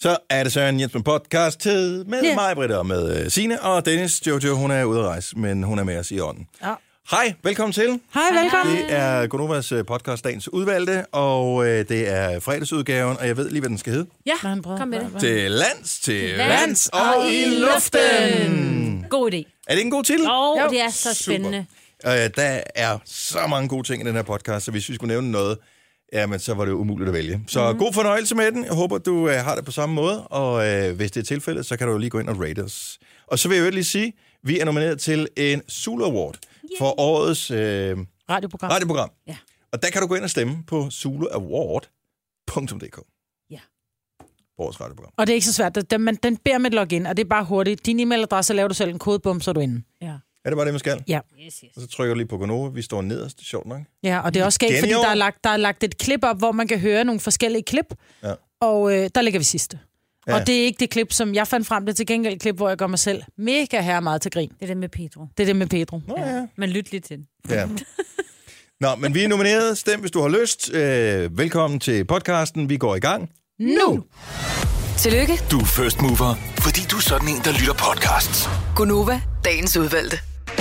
Så er det Søren Jensen podcast tid med mig, Britta, og med Signe og Dennis. Jojo, hun er ude at rejse, men hun er med os i ånden. Ja. Hej, velkommen til. Hej, velkommen. Det er Gonovas podcast, dagens udvalgte, og det er fredagsudgaven, og jeg ved lige, hvad den skal hedde. Ja, kom med det. Til lands, til vands og i luften. God idé. Er det ikke en god titel? Jo, det er så spændende. Der er så mange gode ting i den her podcast, så hvis vi skulle nævne noget, men så var det umuligt at vælge. Så god fornøjelse med den. Jeg håber, du har det på samme måde, og hvis det er tilfældet, så kan du jo lige gå ind og rate os. Og så vil jeg jo lige sige, vi er nomineret til en Zulu Award for årets radioprogram. Ja. Og der kan du gå ind og stemme på zuluaward.dk. Ja. Årets radioprogram. Og det er ikke så svært. Den beder med et login, og det er bare hurtigt. Din e-mailadresse, laver du selv en kodebom, så er du inde. Ja. Er det bare det, man skal? Ja. Yes. Og så trykker du lige på Gonova. Vi står nederst, sjovt nok. Ja, og det er også skægt, fordi der er lagt et klip op, hvor man kan høre nogle forskellige klip. Ja. Og der lægger vi sidste. Ja. Og det er ikke det klip, som jeg fandt frem. Det er til gengæld et klip, hvor jeg gør mig selv mega her meget til grin. Det er det med Pedro. Det er det med Pedro. Nå, ja. Men lyt lidt til den. Ja. Nå, men vi er nomineret. Stem, hvis du har lyst. Velkommen til podcasten. Vi går i gang nu. Tillykke. Du er first mover, fordi du er sådan en, der lytter podcasts. Gonova, dagens udvalgte.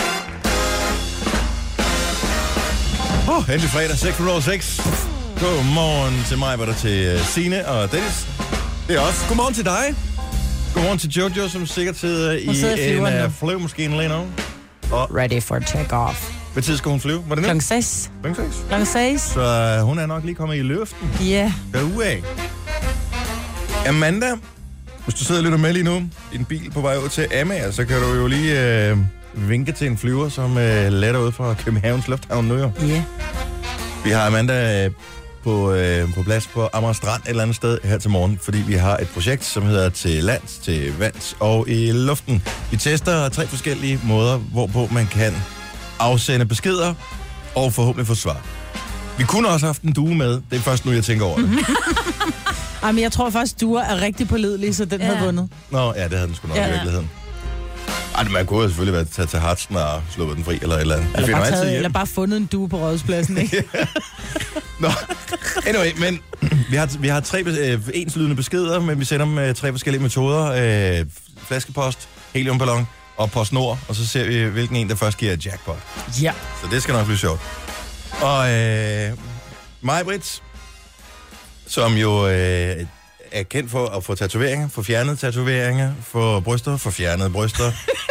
Endelig fredag, 6:06. Godmorgen til mig, var der til Signe og Dennis. Det er også godmorgen til dig. Godmorgen til Jojo, som sikkert sidder i en flyvemaskine lige nu. Og ready for take-off. hvad tid skal hun flyve? Var det nu? Klokken 6. Klokken 6. Så hun er nok lige kommet i luften. Ja. Derudad. Amanda, hvis du sidder og lytter med lige nu i en bil på vej ud til Amager, så kan du jo lige vinke til en flyver, som letter ud fra Københavns Lufthavn nu jo. Ja. Vi har Amanda på plads på Amager Strand et eller andet sted her til morgen, fordi vi har et projekt, som hedder Til lands, til vands og i luften. Vi tester 3 forskellige måder, hvorpå man kan afsende beskeder og forhåbentlig få svar. Vi kunne også have haft en due med. Det er først nu, jeg tænker over det. Men jeg tror faktisk, duer er rigtig pålidelig, så den havde vundet. Nå, ja, det havde den sgu nok i virkeligheden. Ej, man kunne selvfølgelig være taget til Hartsen og sluppet den fri, eller et eller andet. Eller bare fundet en due på Rådhuspladsen, ikke? Nå, anyway, men vi har 3 enslydende beskeder, men vi sender dem 3 forskellige metoder. Flaskepost, heliumballon og PostNord, og så ser vi, hvilken en, der først giver jackpot. Ja. Så det skal nok blive sjovt. Og Maj-Brit, som jo er kendt for at få tatoveringer, få fjernet tatoveringer, få bryster, få fjernet bryster.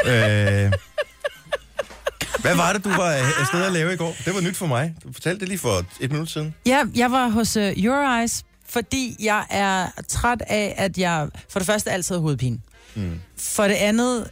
Hvad var det, du var afsted at lave i går? Det var nyt for mig. Du fortalte det lige for 1 minut siden. Ja, jeg var hos Your Eyes, fordi jeg er træt af, at jeg for det første altid har hovedpine. For det andet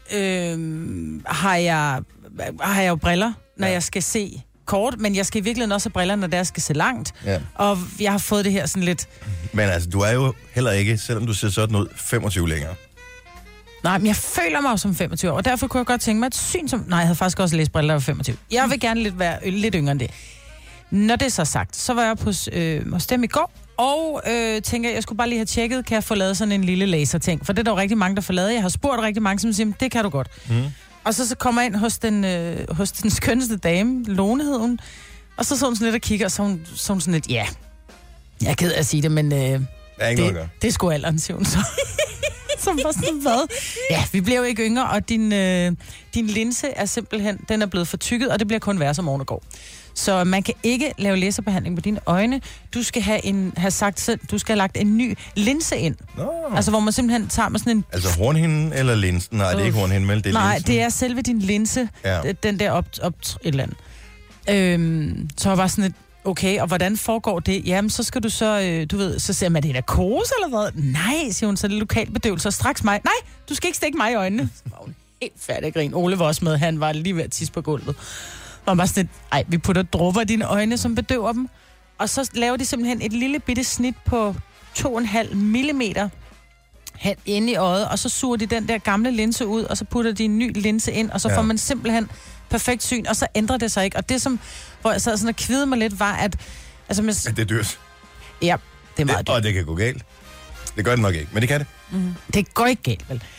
har jeg jo briller, når jeg skal se kort, men jeg skal i virkeligheden også have briller, når jeg skal se langt. Ja. Og jeg har fået det her sådan lidt... Men altså, du er jo heller ikke, selvom du ser sådan ud, 25 længere. Nej, men jeg føler mig som 25 år, og derfor kunne jeg godt tænke mig et syn som... Nej, jeg havde faktisk også læst briller, der var 25. Jeg vil gerne være lidt yngre end det. Når det er så sagt, så var jeg hos dem i går, og tænker, jeg skulle bare lige have tjekket, kan jeg få lavet sådan en lille laserting? For det er der jo rigtig mange, der får lavet. Jeg har spurgt rigtig mange, som siger, det kan du godt. Og så kommer jeg ind hos den skønneste dame, Lone hed hun, og så hun sådan lidt og kigger, og så hun sådan lidt, ja, jeg er ked af at sige det, men det er sgu alderen, siger hun så. Som var sådan, hvad? Ja, vi bliver jo ikke yngre, og din linse er simpelthen, den er blevet fortykket, og det bliver kun værre som morgen og går. Så man kan ikke lave laserbehandling på dine øjne. Du skal du skal have lagt en ny linse ind. Altså, hvor man simpelthen tager med sådan en... Altså hornhinden eller linsen? Nej, det er ikke hornhinden, men det er nej, linsen. det er selve din linse. Ja. Den der op et eller andet. Så var sådan et, okay, og hvordan foregår det? Jamen, så skal du så, så siger man, det er narkose eller hvad? Nej, siger hun, så er det lokalbedøvelse, og straks mig. Nej, du skal ikke stikke mig i øjnene. Så var hun helt færdig grin. Ole var også med, han var lige ved at tisse på gulvet. Og bare sådan et, vi putter dråber i dine øjne, som bedøver dem. Og så laver de simpelthen et lille bitte snit på 2,5 millimeter hen inde i øjet, og så suger de den der gamle linse ud, og så putter de en ny linse ind, og så får man simpelthen perfekt syn, og så ændrer det sig ikke. Og det, hvor jeg sad sådan og kvide mig lidt, var, at... Altså, det er dyrt. Ja, det er meget dyrt. Og det kan gå galt. Det gør det nok ikke, men det kan det. Det går ikke galt, vel?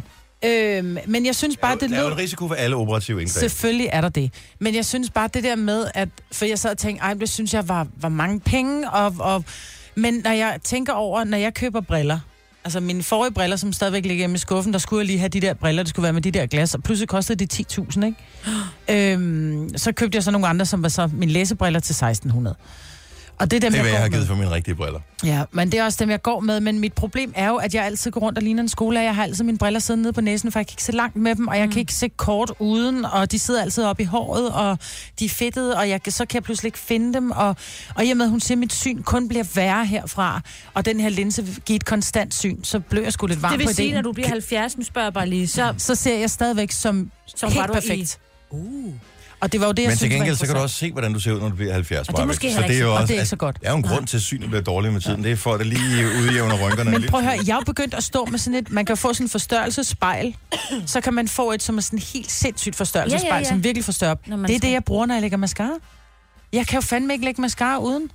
Men jeg synes bare, det lød... Der er jo en risiko for alle operative indgreb. Selvfølgelig er der det. Men jeg synes bare, det der med, at... For jeg sad og tænkte, det synes jeg var mange penge, men når jeg tænker over, når jeg køber briller, Altså mine forrige briller, som stadigvæk ligger hjemme i skuffen, der skulle jeg lige have de der briller, det skulle være med de der glas, og pludselig kostede de 10.000, ikke? Så købte jeg så nogle andre, som var så mine læsebriller til 1.600. Og det er dem, det vil jeg have med. givet for mine rigtige briller. Ja, men det er også dem, jeg går med. Men mit problem er jo, at jeg altid går rundt og ligner en skole. Jeg har altid mine briller siddende nede på næsen, for jeg kan ikke se langt med dem, og jeg kan ikke se kort uden, og de sidder altid oppe i håret, og de er fedtede, og så kan jeg pludselig ikke finde dem. Og i og med, at hun siger, at mit syn kun bliver værre herfra, og den her linse vil give et konstant syn, så blev jeg sgu lidt varm på ideen. Det vil sige, når du bliver 70, nu spørger jeg bare lige, så ser jeg stadigvæk som helt perfekt. Og det var jo det, jeg Men synes, til gengæld, så kan du også se, hvordan du ser ud, når du bliver 70. Og det er måske så det er jo også, og det er ikke så godt. Der er jo en grund til, at synet bliver dårligt med tiden. Det er for, at det lige udjævner rynkerne. Men prøv at høre, jeg er begyndt at stå med sådan et, man kan få sådan en forstørrelsespejl, så kan man få et, som er sådan helt sindssygt forstørrelsespejl, som virkelig forstørrer op. Det er det, jeg bruger, når jeg lægger mascara. Jeg kan jo fandme ikke lægge mascara uden.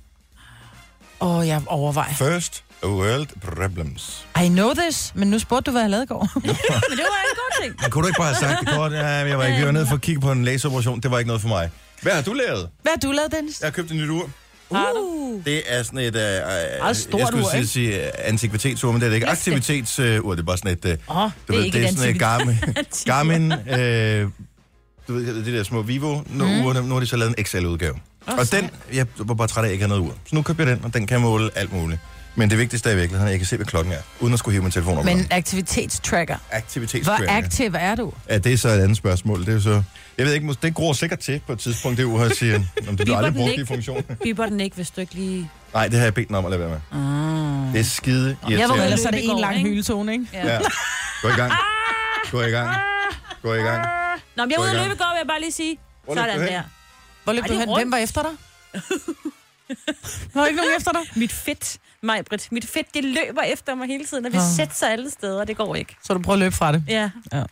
Jeg overvejer. First world problems. I know this, men nu spurgte du, hvad jeg lavede i går. Men det var en god ting. Men kunne du ikke bare have sagt det kort? Ja, jeg var ikke. Vi var nede for at kigge på en laseroperation. Det var ikke noget for mig. Hvad har du lavet? Hvad har du lavet, Dennis? Jeg har købt et nyt ur. Det er sådan et... stort jeg skulle ur, ikke? sige antikvitetsur, men det er det ikke. Aktivitetsur, det er bare sådan et... det er sådan et Garmin... du ved, det der små Vivo. Nu har de så lavet en XL-udgave. Og den... Jeg var bare træt af, at jeg ikke havde noget ur. Så nu købte jeg den, og den kan måle alt muligt. Men det vigtigste er i virkeligheden, at jeg kan se, hvad klokken er, uden at skulle hive min telefon op. Men aktivitetstracker. Aktivitetstracker. Hvor aktiv er du? Ja, det er så et andet spørgsmål. Det er jo så... Jeg ved ikke, det gror sikkert til på et tidspunkt, det ur her siger, om det bliver aldrig brugt i funktion. Biber den ikke, hvis du ikke lige... Nej, det har jeg bedt den om at lade være med. Det er skide irriterende. Jeg var ellers, er det en lang hyletone, ikke? Ja. Gå i gang. Gå i gang. Gå i gang. Nå, men jeg er ude at løbe i går, vil jeg bare lige sige. Sådan der. Hvor løb du hen? Hvem var efter dig? Var ikke nogen efter dig? Mit fedt, Maj-Brit. Mit fedt, det løber efter mig hele tiden, og vi sætter sig alle steder, det går ikke. Så du prøver at løbe fra det? Ja.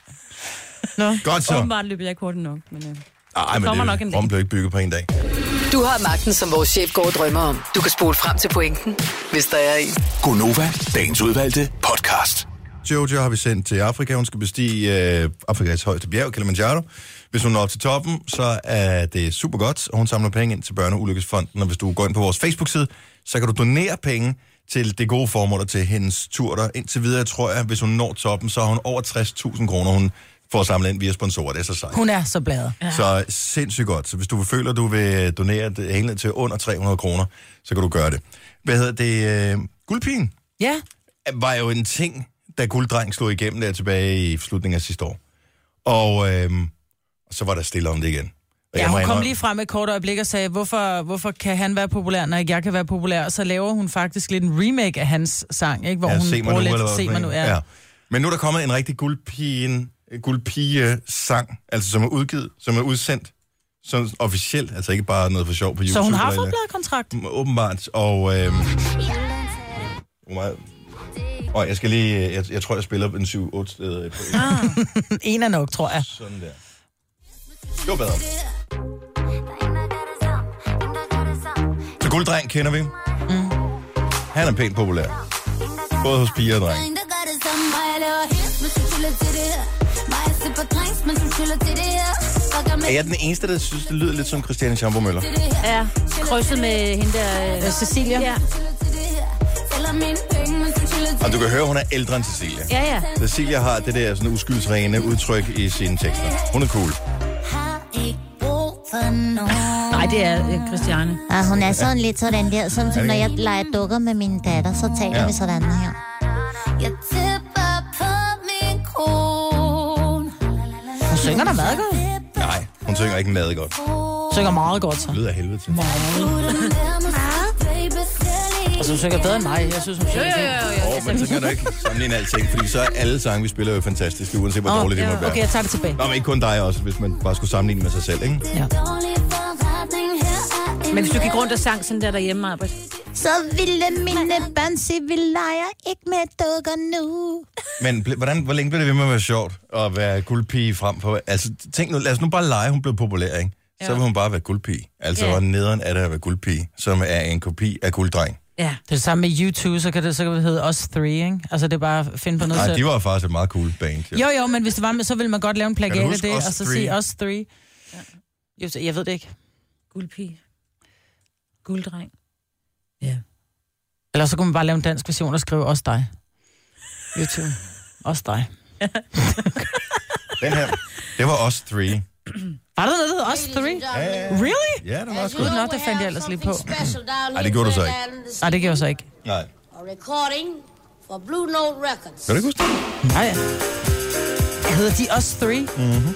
Nå. Godt så. Åbenbart løber jeg ikke hurtigt nok, men men kommer nok en dag. Rom blev ikke bygget på en dag. Du har magten, som vores chef går og drømmer om. Du kan spole frem til pointen, hvis der er en. Gonova, dagens udvalgte podcast. Jojo har vi sendt til Afrika. Hun skal bestige Afrikas højeste bjerg, Kilimanjaro. Hvis hun når op til toppen, så er det super godt, og hun samler penge ind til Børneulykkesfonden. Og hvis du går ind på vores Facebook-side, så kan du donere penge til det gode formål til hendes tur der. Indtil videre, tror jeg, hvis hun når toppen, så har hun over 60.000 kroner, hun får samlet ind via sponsorer. Det er så sejt. Hun er så bladet. Ja. Så sindssygt godt. Så hvis du føler, at du vil donere det hele til under 300 kroner, så kan du gøre det. Hvad hedder det? Guldpigen? Ja. Var jo en ting, da Gulddreng slog igennem der tilbage i slutningen af sidste år. Og så var der stille om det igen. Ja, hun kom lige frem et kort øjeblik og sagde, hvorfor kan han være populær, når ikke jeg kan være populær? Og så laver hun faktisk lidt en remake af hans sang, ikke? Hvor hun bruger lidt Se mig nu. Ja. Men nu er der kommet en rigtig guldpige-sang, altså som er udgivet, som er udsendt, som officielt, altså ikke bare noget for sjov på YouTube. Så hun har fået pladekontrakt? Åbenbart, og... jeg skal lige... Jeg tror, jeg spiller en 7-8 steder. En er nok, tror jeg. Sådan der. Det var bedre. Så Gulddreng kender vi. Han er pænt populær. Både hos piger og drenge. Er jeg den eneste, der synes, det lyder lidt som Christiane Schamburg-Müller? Ja, krydset med hende der... Cecilia. Ja. Og du kan høre, hun er ældre end Cecilia. Ja. Cecilia har det der sådan uskyldsrene udtryk i sine tekster. Hun er cool. Nej, det er Christiane. Ja, hun er sådan lidt sådan der, som når jeg leger dukker med min datter, så taler vi sådan her. Jeg tipper på min kron. Hun synger da meget godt. Nej, hun synger ikke meget godt. Synger meget godt, så. Det lyder af helvede til. Og så synger bedre end mig. Jeg synes, hun synger men så kan du ikke sammenligne alting, fordi så er alle sange, vi spiller jo fantastiske, uanset hvor dårligt det må være. Okay, jeg tager det tilbage. Nå, men ikke kun dig også, hvis man bare skulle sammenligne med sig selv, ikke? Ja. Men hvis du gik rundt og sang sådan der derhjemme, Arbet. Så ville mine børn sige, vi leger ikke med dukker nu. Men hvor længe blev det ved med at være sjovt at være guldpige frem på? Altså, tænk nu, lad os nu bare lege, hun blev populær, ikke? Så vil hun bare være guldpige. Altså, hvor nederen er det at være guldpige, som er en kopi af Gulddreng. Ja. Det er det samme med U2, så kan det hedde Us 3, ikke? Altså, det er bare at finde på noget. Nej, de var faktisk et meget cool band. Ja. Jo, men hvis det var med, så ville man godt lave en plakat af det, og så sige Us 3. Ja. Jeg ved det ikke. Guldpige. Gulddreng. Ja. Eller så kunne man bare lave en dansk version og skrive Os dig. YouTube. Også dig. Den her, det var Us 3. Var der noget, der hed Us 3? Ja. Really? Ja, det var også Gud godt. nok, det fandt jeg ellers lige på. Ej, det gjorde du så ikke. Nej, det gjorde jeg så ikke. Nej. A recording for Blue Note Records. Kan du ikke huske det? Nej. Hedder de Us 3? Mm-hmm.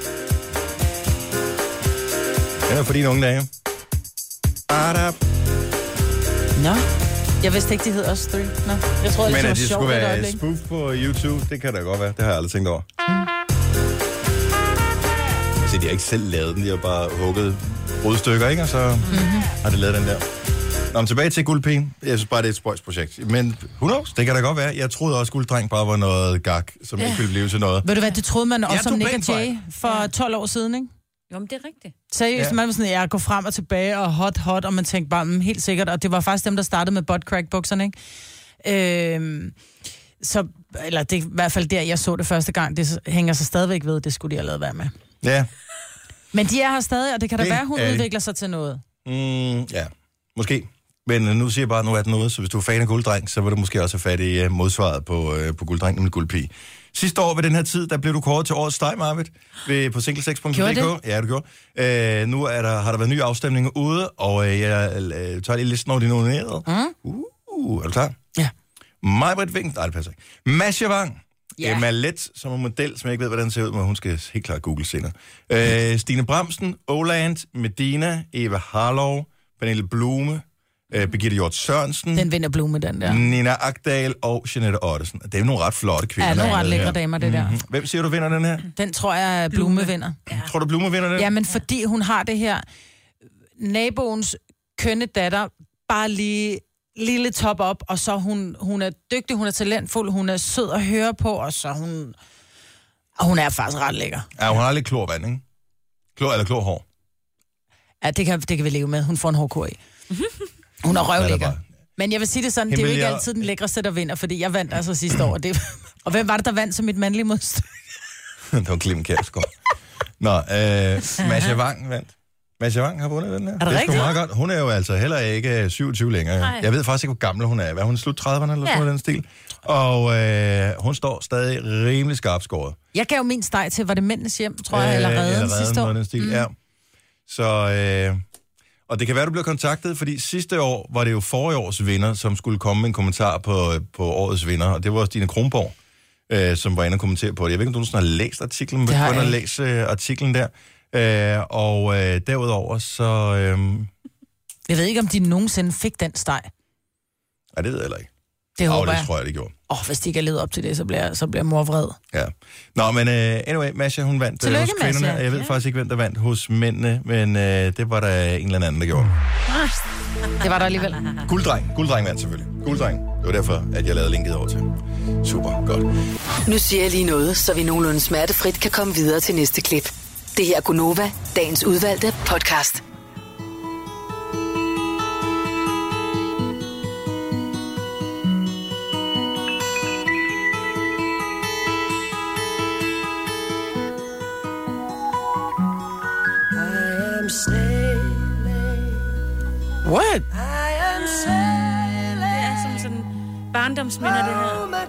Den er for dine unge dage. Nå. Jeg vidste ikke, de hed Us 3. Nå. Jeg troede, Men det var at det sjovt skulle et være øjeblik. spoof på YouTube, det kan da godt være. Det har jeg aldrig tænkt over. Så de har ikke selv lavet den, de har bare hugget brudstykker, ikke? Og så har de lavet den der. Nå, men tilbage til Guldpigen. Jeg synes bare, det er et spøjsprojekt. Men who knows? Det kan da godt være. Jeg troede også, Gulddreng bare var noget gak, som ikke ville blive til noget. Ved du hvad, det troede man også som tog Nick pænt og Jay for 12 år siden, ikke? Jo, men det er rigtigt. Seriøst, man var sådan, jeg går frem og tilbage og hot, og man tænkte bare, helt sikkert, og det var faktisk dem, der startede med butt-crack-bukserne, ikke? Så, eller det er i hvert fald der, jeg så det første gang, det hænger sig stadigvæk ved, det skulle de have lavet være med. Ja. Men de er her stadig, og det kan da Det være, hun er- udvikler sig til noget. Ja, måske. Men nu siger jeg bare, nu er den ude, så hvis du er fan af Gulddreng, så vil du måske også have fat i modsvaret på Gulddreng, nemlig Guldpige. Sidste år ved den her tid, der blev du kåret til årets steg, Marvitt, på singlesex.dk. Gjorde det? Ja, du gjorde. Nu har der været nye afstemninger ude, og jeg tager lige listen over de nominerede. Er du klar? Ja. Maj-Britt Vink, nej, det passer ikke. Masha Wang, Ja. Emma Lett, som er model, som jeg ikke ved, hvordan den ser ud, men hun skal helt klart google senere. Stine Bramsen, Oland, Medina, Eva Harlov, Pernille Blume, Birgitte Hjort Sørensen, Den vinder Blume, den der. Nina Agdal og Jeanette Ottesen. Det er nogle ret flotte kvinder. Ja, nogle der er ret med lækre her. damer, det der. Hvem siger du vinder den her? Den tror jeg, Blume vinder. Tror du, Blume vinder den? Ja, men fordi hun har det her naboens kønne datter, bare lige lille top op, og så hun er dygtig, hun er talentfuld, hun er sød at høre på, og så hun er faktisk ret lækker. Ja, hun har lidt klor vand, ikke? Klor eller klor hår. Ja, det kan vi leve med. Hun får en hårdkur i. Hun er røvlækker. Men jeg vil sige det sådan, det er jo ikke altid den lækreste, der vinder, fordi jeg vandt altså sidste år. Og hvem var det, der vandt som mit mandlige modstykke? Det var Clemen Kjærsgaard. Nå, Masha Wang vandt. Masha Wang har vundet den her. Er det rigtigt? Meget godt. Hun er jo altså heller ikke 27 længere. Nej. Jeg ved faktisk ikke, hvor gammel hun er. Hvad er hun, slut 30'erne eller sådan den stil? Og hun står stadig rimelig skarpt skåret. Jeg gav min steg til, var det Mændenes Hjem, tror jeg, eller Redden sidste år. Den stil, ja. Så, og det kan være, du bliver kontaktet, fordi sidste år var det jo forrige års vinder, som skulle komme med en kommentar på årets vinder, og det var Stine Kronborg, som var inde og kommentere på det. Jeg ved ikke, om du sådan har læst artiklen, men du har læse artiklen der. Og derudover så... Jeg ved ikke, om de nogensinde fik den steg. Ja, det ved jeg heller ikke. Det håber det jeg. tror jeg, det gjorde. Hvis de ikke har levet op til det, så bliver mor vred. Ja. Nå, men anyway, Masha, hun vandt Tillykke, hos kvinderne. Masha. Jeg ved faktisk ikke, hvem der vandt hos mændene, men det var der en eller anden, der gjorde. Det var der alligevel. Gulddreng vandt selvfølgelig. Gulddreng. Det var derfor, at jeg lavede linket over til. Super, godt. Nu siger jeg lige noget, så vi nogenlunde smertefrit kan komme videre til næste klip. Det her er Gunova, dagens udvalgte podcast. What? Det er som sådan barndomsminder, det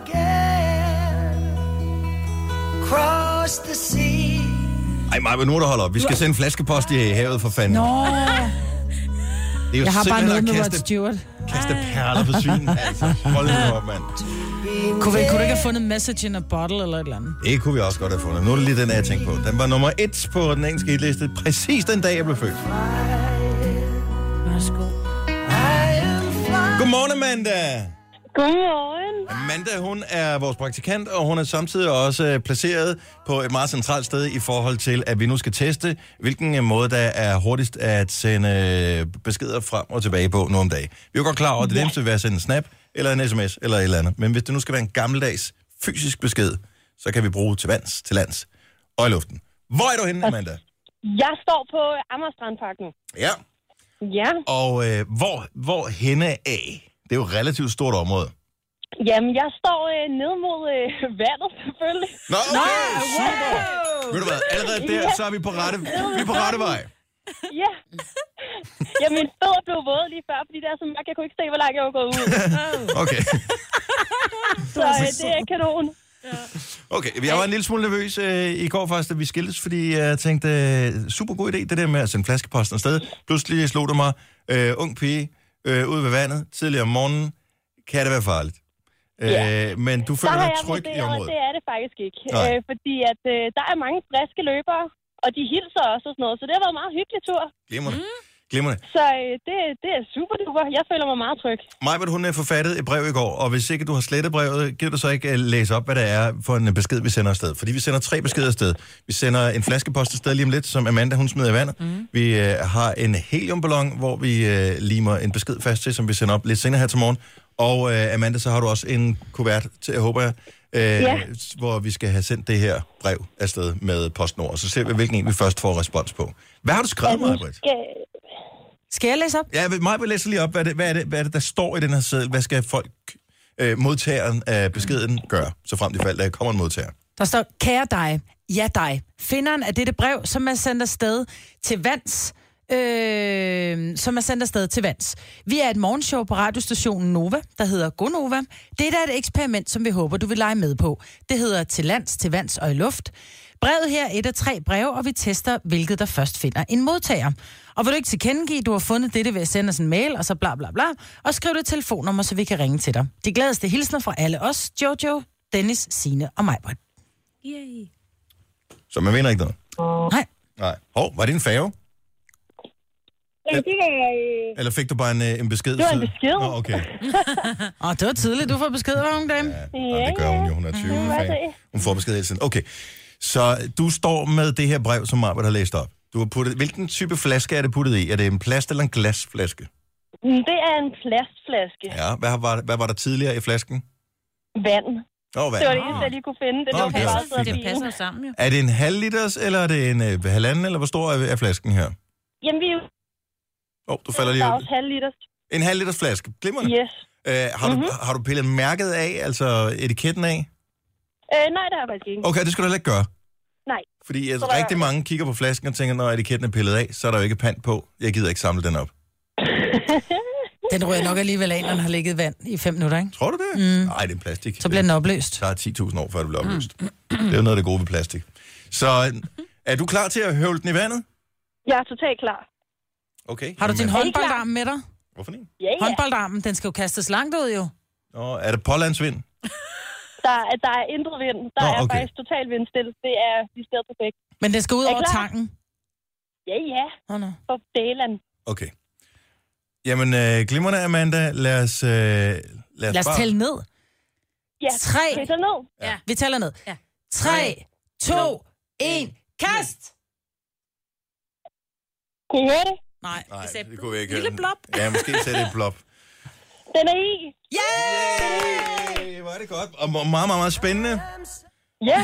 her. Ej, Maja, nu er der holder op. Vi skal sende en flaskepost i havet for fanden. Nå, Det er jo jeg har bare noget med Rod kaste Stewart. perler på svin. Altså, hold nu op, mand. Kunne du ikke have fundet message in a bottle eller et eller andet? Det kunne vi også godt have fundet. Nu er det lige den, jeg tænkte på. Den var nummer 1 på den engelske hitliste, præcis den dag, jeg blev født. Værsgo. Godmorgen, Amanda. Godmorgen. Amanda, hun er vores praktikant, og hun er samtidig også placeret på et meget centralt sted i forhold til, at vi nu skal teste, hvilken måde, der er hurtigst at sende beskeder frem og tilbage på nu om dagen. Vi er jo godt klar over, at det nemmeste vil være at sende en snap, eller en sms, eller et eller andet. Men hvis det nu skal være en gammeldags fysisk besked, så kan vi bruge til vands, til lands og i luften. Hvor er du henne, Amanda? Jeg står på Amagerstrandparken. Ja. Ja. Og hvor henne af? Det er jo et relativt stort område. Jamen, jeg står ned mod vandet, selvfølgelig. Nå, okay, super. Ved du hvad, allerede der, så er vi på rette vej. Ja. Ja, mine fødder blev våde lige før, fordi det er så mørkt, jeg kunne ikke se, hvor langt jeg var gået ud. Okay. Så det er kanon. Okay, jeg var en lille smule nervøs i går faktisk, da vi skiltes, fordi jeg tænkte, super god idé, det der med at sende flaskeposten afsted. Pludselig slog det mig, ung pige, ude ved vandet, tidligere om morgenen, kan det være farligt? Men du føler dig tryg i området? Det er det faktisk ikke. Fordi at der er mange friske løbere, og de hilser også og sådan noget, så det har været en meget hyggelig tur. Glimrende. Så det er super duper. Jeg føler mig meget tryg. Majbert, hun forfattede et brev i går, og hvis ikke du har slettet brevet, giver du så ikke læse op, hvad det er for en besked, vi sender afsted. Fordi vi sender 3 beskeder afsted. Vi sender en flaskepost afsted lige om lidt, som Amanda, hun smider i vandet. Vi har en heliumballon, hvor vi limer en besked fast til, som vi sender op lidt senere her til morgen. Og Amanda, så har du også en kuvert til, jeg håber hvor vi skal have sendt det her brev afsted med PostNord. Så ser vi, hvilken en vi først får respons på. Hvad har du skrevet, Majbert? Skal jeg læse op? Ja, Majbert læser lige op, hvad er det, der står i den her seddel? Hvad skal folk, modtageren af beskeden, gøre, så frem til fald, der kommer en modtager? Der står, kære dig, ja dig, finderen af dette brev, som er sendt afsted til vands, Vi er et morgenshow på radiostationen Nova, der hedder Gonova. Det er et eksperiment, som vi håber, du vil lege med på. Det hedder Til lands, til vands og i luft. Brevet her er et af 3 breve, og vi tester, hvilket der først finder en modtager. Og vil du ikke tilkendegive, du har fundet dette ved at sende os en mail, og så bla bla bla, og skriv det telefonnummer, så vi kan ringe til dig. De gladeste hilsner fra alle os, Jojo, Dennis, Signe og Majbert. Yay. Så man vinder ikke noget? Nej. Var det en færge? Ja, det er... Eller fik du bare en besked? Det var en besked. Nå, okay. Det var tidligt, du får besked, unge dame. Ja, det gør hun jo. Hun er 20. Hun får besked hele tiden. Okay, så du står med det her brev, som Majbert har læst op. Du har puttet, hvilken type flaske er det puttet i? Er det en plast- eller en glasflaske? Det er en plastflaske. Ja, hvad var der tidligere i flasken? Vand. Vand. Det var det eneste, jeg lige kunne finde. Det passer sammen, jo. Er det en halv liters, eller er det en halvanden, eller hvor stor er flasken her? Jamen, vi er jo... du falder lige ud. Der er ud. også halv liters. En halv liters flaske. Glimrende. Yes. Har du pillet mærket af, altså etiketten af? Nej, det har jeg faktisk ikke. Okay, det skal du heller ikke gøre. Nej. Fordi rigtig mange kigger på flasken og tænker, når etiketten er pillet af, så er der jo ikke pant på. Jeg gider ikke samle den op. Den ryger nok alligevel af, når den har ligget vand i 5 minutter, ikke? Tror du det? Nej, det er plastik. Så bliver den opløst. Der er 10.000 år, før det bliver opløst. Det er jo noget af det gode ved plastik. Så er du klar til at høvle den i vandet? Jeg er totalt klar. Okay. Har du din håndboldarm med dig? Hvorfor ikke? Ja. Håndboldarmen, den skal jo kastes langt ud, jo. Er det pålandsvind? Der er intet vind. Der er faktisk totalt vindstille. Det er stedet perfekt. Men den skal ud over tanken? Ja. For delen. Okay. Jamen, glimrende, Amanda. Lad os tælle ned. Ja, 3. Vi tæller ned. Ja. Vi tæller ned. Ja. 3, 2, 1, kast! Kunne I høre det? Nej, det kunne vi ikke. Lille blop. Ja, måske sætte et blop. Den er i. Yay! Hvor er det godt. Og meget, meget, meget spændende. Ja.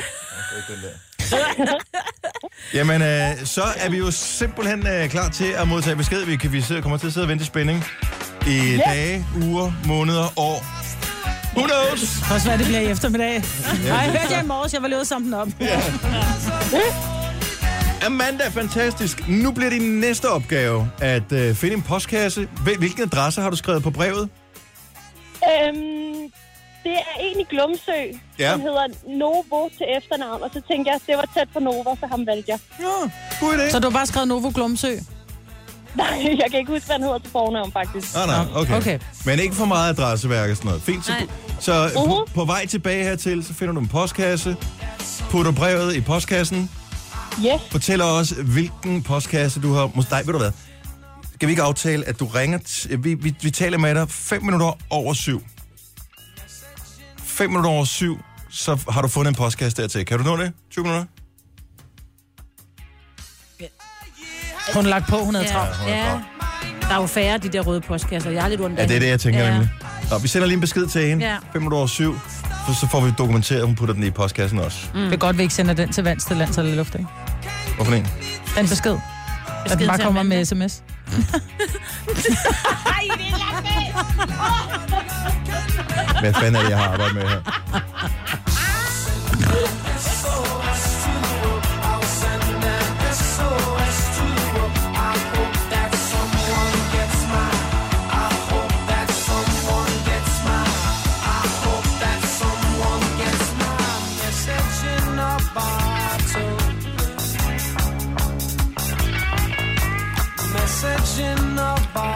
Jamen, så er vi jo simpelthen klar til at modtage besked. Vi kommer til at sidde og vente i spænding i dage, uger, måneder, år. Who knows? Det kan også være, det bliver i eftermiddag. Nej, jeg hørte jeg i morges, jeg var lige ude og samle den op. Ja. Amanda, fantastisk. Nu bliver din næste opgave at finde en postkasse. Hvilken adresse har du skrevet på brevet? Det er en i Glumsø, som hedder Novo til efternavn. Og så tænkte jeg, at det var tæt på Nova, så ham valgte jeg. Ja, god idé. Så du har bare skrevet Novo Glumsø? Nej, jeg kan ikke huske, hvad han hedder til fornavn, faktisk. Nej, okay. Men ikke for meget adresseværk og sådan noget. Fint. Så på vej tilbage hertil, så finder du en postkasse. Putter brevet i postkassen. Yes. Fortæl os, hvilken postkasse du har. Nej, ved du hvad? Skal vi ikke aftale, at du ringer... Vi taler med dig 5 minutter over 7. 5 minutter over 7, så har du fundet en postkasse dertil. Kan du nå det? 20 minutter? Hun har lagt på, hun havde travlt. Ja. Der er jo færre af de der røde postkasser. Jeg er lidt rundt. Ja, det er det, jeg tænker nemlig. Nå, vi sender lige en besked til hende. 5 minutter over 7. Så får vi dokumenteret, at hun putter den i postkassen også. Det er godt, vi ikke sender den til vands, til lands eller luft, ikke? Hvorfor en? Den besked. At den bare kommer med sms. Ej, det er langt væk. Hvad fanden er det, jeg har arbejdet med her?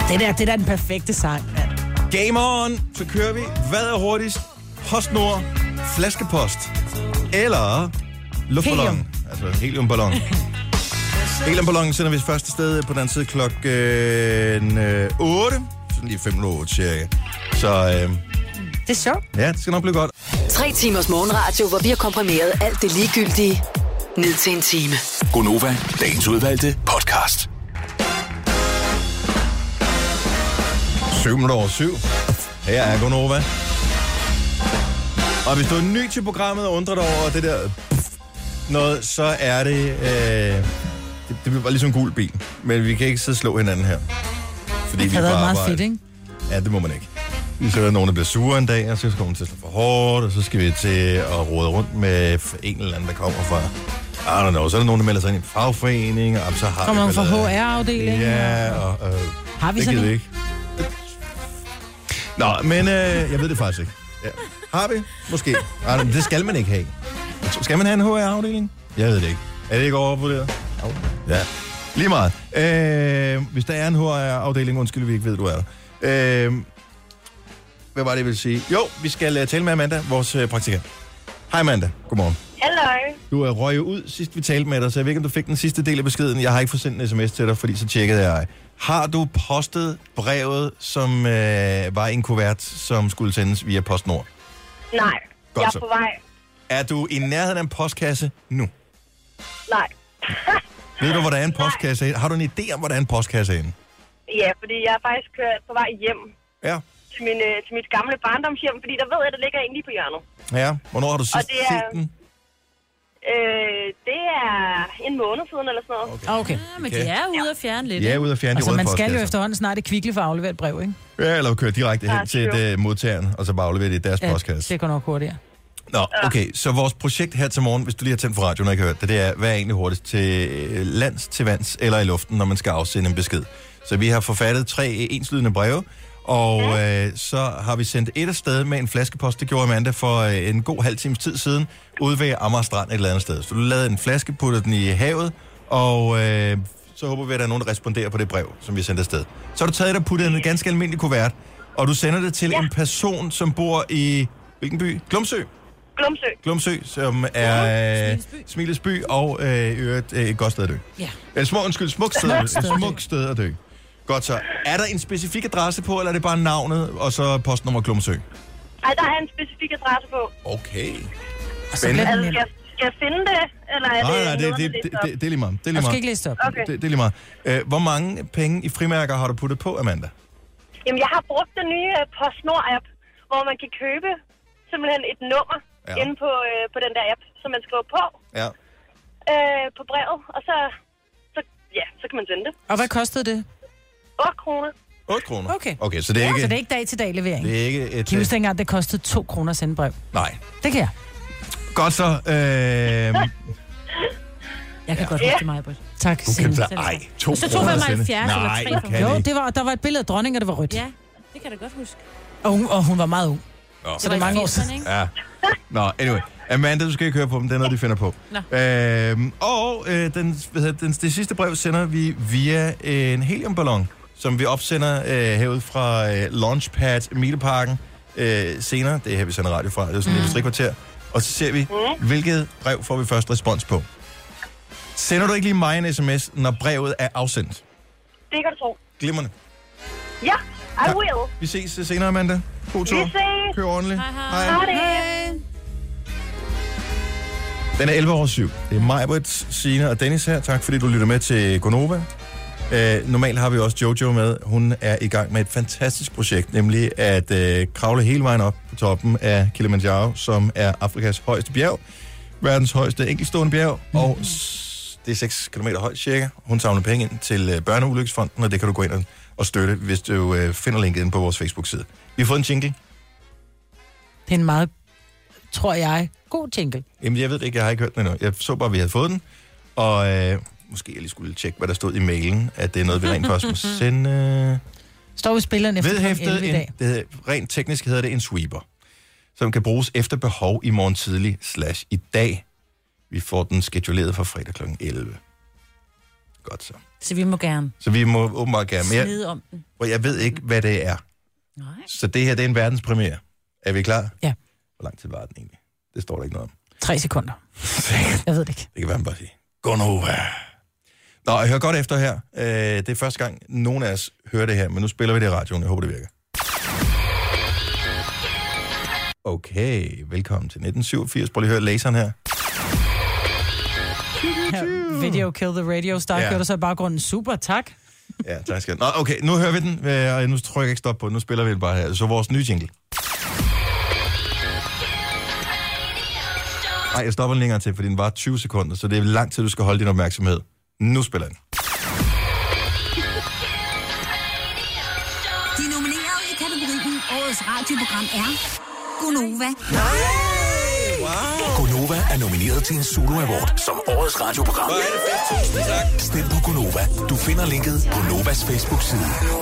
Det der er den perfekte sang, mand. Game on! Så kører vi. Hvad er hurtigst? PostNord, flaskepost eller luftballon? Helium. Altså heliumballon. Heliumballonen sender vi første sted på den side klokken 8. Sådan lige 5:08 cirka. Så det er sjovt. Ja, det skal nok blive godt. 3 timers morgenradio, hvor vi har komprimeret alt det ligegyldige ned til en time. Gonova, dagens udvalgte podcast. 7:07. Her er Gonova. Og hvis du er ny til programmet og undrer dig over det der noget, så er det... det bliver bare ligesom en gul bil. Men vi kan ikke sidde og slå hinanden her. Fordi det havde været meget fedt, ikke? Ja, det må man ikke. Så er der nogen, der bliver sure en dag, og så kommer man til at slå for hårdt, og så skal vi til at rode rundt med en eller anden, der kommer fra... I don't know. Så er der nogen, der melder sig ind i en fagforening, og så har kommer vi... Kommer man fra HR-afdelingen? Ja, og... har vi sådan ikke? Nå, men jeg ved det faktisk ikke. Ja. Har vi? Måske. Det skal man ikke have. Skal man have en HR-afdeling? Jeg ved det ikke. Er det ikke overvurderet? Ja. Lige meget. Hvis der er en HR-afdeling, undskyld, vi ikke ved, du er der. Hvad var det, jeg ville sige? Jo, vi skal tale med Amanda, vores praktikant. Hej Amanda, godmorgen. Hallo. Du er røget ud, sidst vi talte med dig, så jeg ved ikke, om du fik den sidste del af beskeden. Jeg har ikke fået sendt en sms til dig, fordi så tjekkede jeg. Har du postet brevet, som var en kuvert, som skulle sendes via PostNord? Nej, godt, jeg er på vej. Er du i nærheden af en postkasse nu? Nej. Ved du, hvor der er en postkasse? Har du en idé om, hvor der er en postkasse inde? Ja, fordi jeg er faktisk kørt på vej hjem. Ja. Til mit gamle barndomshjem, fordi der ved jeg, der ligger en lige på hjørnet. Ja, hvornår har du sidst set den? Det er en måned siden eller sådan noget. Okay. Ja, men de er ude at fjerne lidt. Ja, ude at fjerne de altså, røde man postkasser. skal jo efterhånden snart i Kvickly for at aflevere et brev, ikke? Ja, eller køre direkte hen til modtageren, og så bare aflevere det i deres postkasse. Det går nok hurtigere. Nå, okay, så vores projekt her til morgen, hvis du lige har tændt for radioen og ikke hørt det, det er, hvad er egentlig hurtigst til lands, til vands eller i luften, når man skal afsende en besked. Så vi har forfattet 3 enslydende breve, og så har vi sendt et afsted med en flaskepost. Det gjorde Amanda for en god halv times tid siden, ude ved Amager Strand et eller andet sted. Så du lavede en flaske, puttede den i havet, og så håber vi, at der er nogen, der responderer på det brev, som vi sendte afsted. Så har du taget det og puttet en ganske almindelig kuvert, og du sender det til en person, som bor i... Hvilken by? Glumsø? Glumsø, som er Smilesby og et godt sted at dø. Ja. Eller smukt sted at dø. Godt så. Er der en specifik adresse på, eller er det bare navnet, og så postnummer Glumsø? Nej, der er en specifik adresse på. Okay. Spændende. Altså, skal jeg finde det, eller er det er lige meget. Jeg skal ikke læse op. Okay. Det er lige meget. Hvor mange penge i frimærker har du puttet på, Amanda? Jamen, jeg har brugt den nye PostNord-app, hvor man kan købe simpelthen et nummer inde på den der app, som man skriver på på brevet, og så kan man sende det. Og hvad kostede det? 8 kroner. 8 kroner? Okay, så det er ikke... Så det er ikke dag-til-dag levering? Det er ikke et... Kan I huske dengang, det kostede 2 kroner at sende brev? Nej. Det kan jeg. Godt så. Jeg kan godt huske mig, Britt. Tak, Signe. 2 kroner. Så 2,75 eller 3. Jo, der var et billede af dronningen, og det var rødt. Ja, det kan jeg da godt huske. Og hun var meget ung. Så det er mange år siden, ikke? Ja. Nå, anyway. Amanda, du skal ikke høre på dem. Det er noget, de finder på. Det sidste brev sender vi via en heliumballon, som vi opsender herude fra Launchpad Mileparken senere. Det er her, vi sender radio fra. Det er sådan et industrikvarter. Og så ser vi, hvilket brev får vi først respons på. Sender du ikke lige mig en sms, når brevet er afsendt? Det kan du tro. Glimrende. Ja, I will. Vi ses senere, Amanda. God tur. Vi ses. Kør ordentligt. Hej. Den er 11 over 7. Det er mig, Britt, Signe og Dennis her. Tak fordi du lytter med til Gonova. Normalt har vi også Jojo med. Hun er i gang med et fantastisk projekt, nemlig at kravle hele vejen op på toppen af Kilimanjaro, som er Afrikas højeste bjerg. Verdens højeste enkeltstående bjerg, og det er 6 km højt cirka. Hun samler penge ind til Børneulykkesfonden, og det kan du gå ind og støtte, hvis du finder linket inde på vores Facebook-side. Vi har fået en jingle. Det er en meget, tror jeg, god jingle. Jamen, jeg ved ikke, jeg har ikke hørt den endnu. Jeg så bare, at vi havde fået den, og måske jeg lige skulle tjekke, hvad der stod i mailen, at det er noget, vi rent faktisk må sende. Står vi spilleren efter kl. 11 i dag? Rent teknisk hedder det en sweeper, som kan bruges efter behov i morgen tidlig / i dag. Vi får den skeduleret fra fredag kl. 11. Godt så. Så vi må gerne. Så vi må åbenbart gerne. Smide om den. Og jeg ved ikke, hvad det er. Nej. Så det her, det er en verdenspremiere. Er vi klar? Ja. Hvor lang tid var den egentlig? Det står der ikke noget om. 3 sekunder. Jeg ved det ikke. Det kan være, man bare sige. Gonova. Nå, jeg hører godt efter her. Det er første gang, nogen af os hører det her, men nu spiller vi det i radioen. Jeg håber, det virker. Okay, velkommen til 1987. Prøv lige at høre laseren her. Video Kill the Radio Star, kører der så i baggrunden. Super, tak. Ja, tak skal du. Nå, okay, nu hører vi den, og nu tror jeg ikke stop på den. Nu spiller vi den bare her. Så vores nye jingle. Nej, jeg stopper den længere til, fordi den var 20 sekunder, så det er lang tid, du skal holde din opmærksomhed. Nu spiller den. De nominerede i kategorien Årets radioprogram er Gonova. Wow. Gonova er nomineret til en Zulu Award som Årets radioprogram. Hvor er det fedt, tusind tak. Stem på Gonova. Du finder linket på Novas Facebook-side.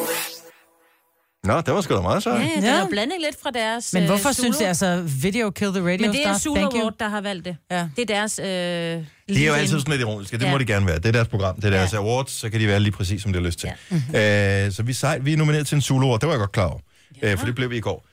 Nå, det var sgu da meget så. Ja, der er blanding lidt fra deres Men hvorfor Zulu? synes jeg altså Video Kill the Radio Star? Men det er Zulu Award, der har valgt det. Ja. Det er deres... De er jo altid sådan lidt ironiske. Det må de gerne være. Det er deres program. Det er deres awards. Så kan de være lige præcis, som de har lyst til. Ja. Så vi er nomineret til en Zulu Award. Det var jeg godt klar over. For det blev vi i går.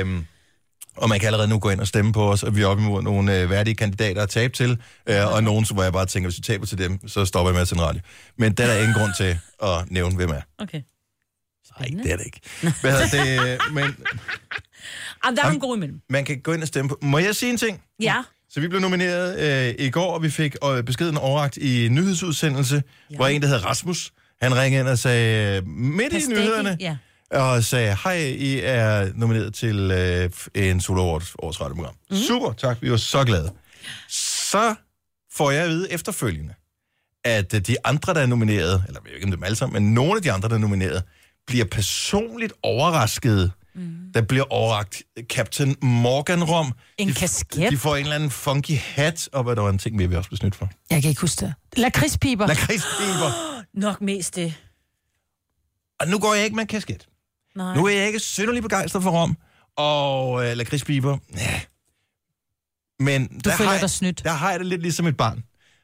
Og man kan allerede nu gå ind og stemme på os, og vi er oppe imod nogle værdige kandidater at tabe til, og nogen, hvor jeg bare tænker, hvis vi taber til dem, så stopper jeg med at sende radio. Men det er der ingen grund til at nævne, hvem er. Okay. Nej, det er det ikke. Hvad hedder det? Men der er nogle gode imellem. man kan gå ind og stemme på. Må jeg sige en ting? Ja. Så vi blev nomineret i går, og vi fik beskeden overrakt i en nyhedsudsendelse, hvor en, der hedder Rasmus, han ringede ind og sagde midt i nyhederne, og sagde, hej, I er nomineret til en Zulu Award Årets radioprogram. Super, tak, vi var så glade. Så får jeg at vide efterfølgende, at de andre, der er nomineret, eller jeg ved ikke om dem alle sammen, men nogle af de andre, der er nomineret, bliver personligt overrasket. Der bliver overrakt Captain Morgan-rom. En kasket. De får en eller anden funky hat, og hvad der var en ting, vi også blev snydt for. Jeg kan ikke huske det. Lakridspiber. Lakridspiber. Nok mest det. Og nu går jeg ikke med en kasket. Nej. Nu er jeg ikke synderligt begejstret for rom og lakridspiber. Ja. Men du føler dig snydt. Der har jeg det lidt ligesom et barn.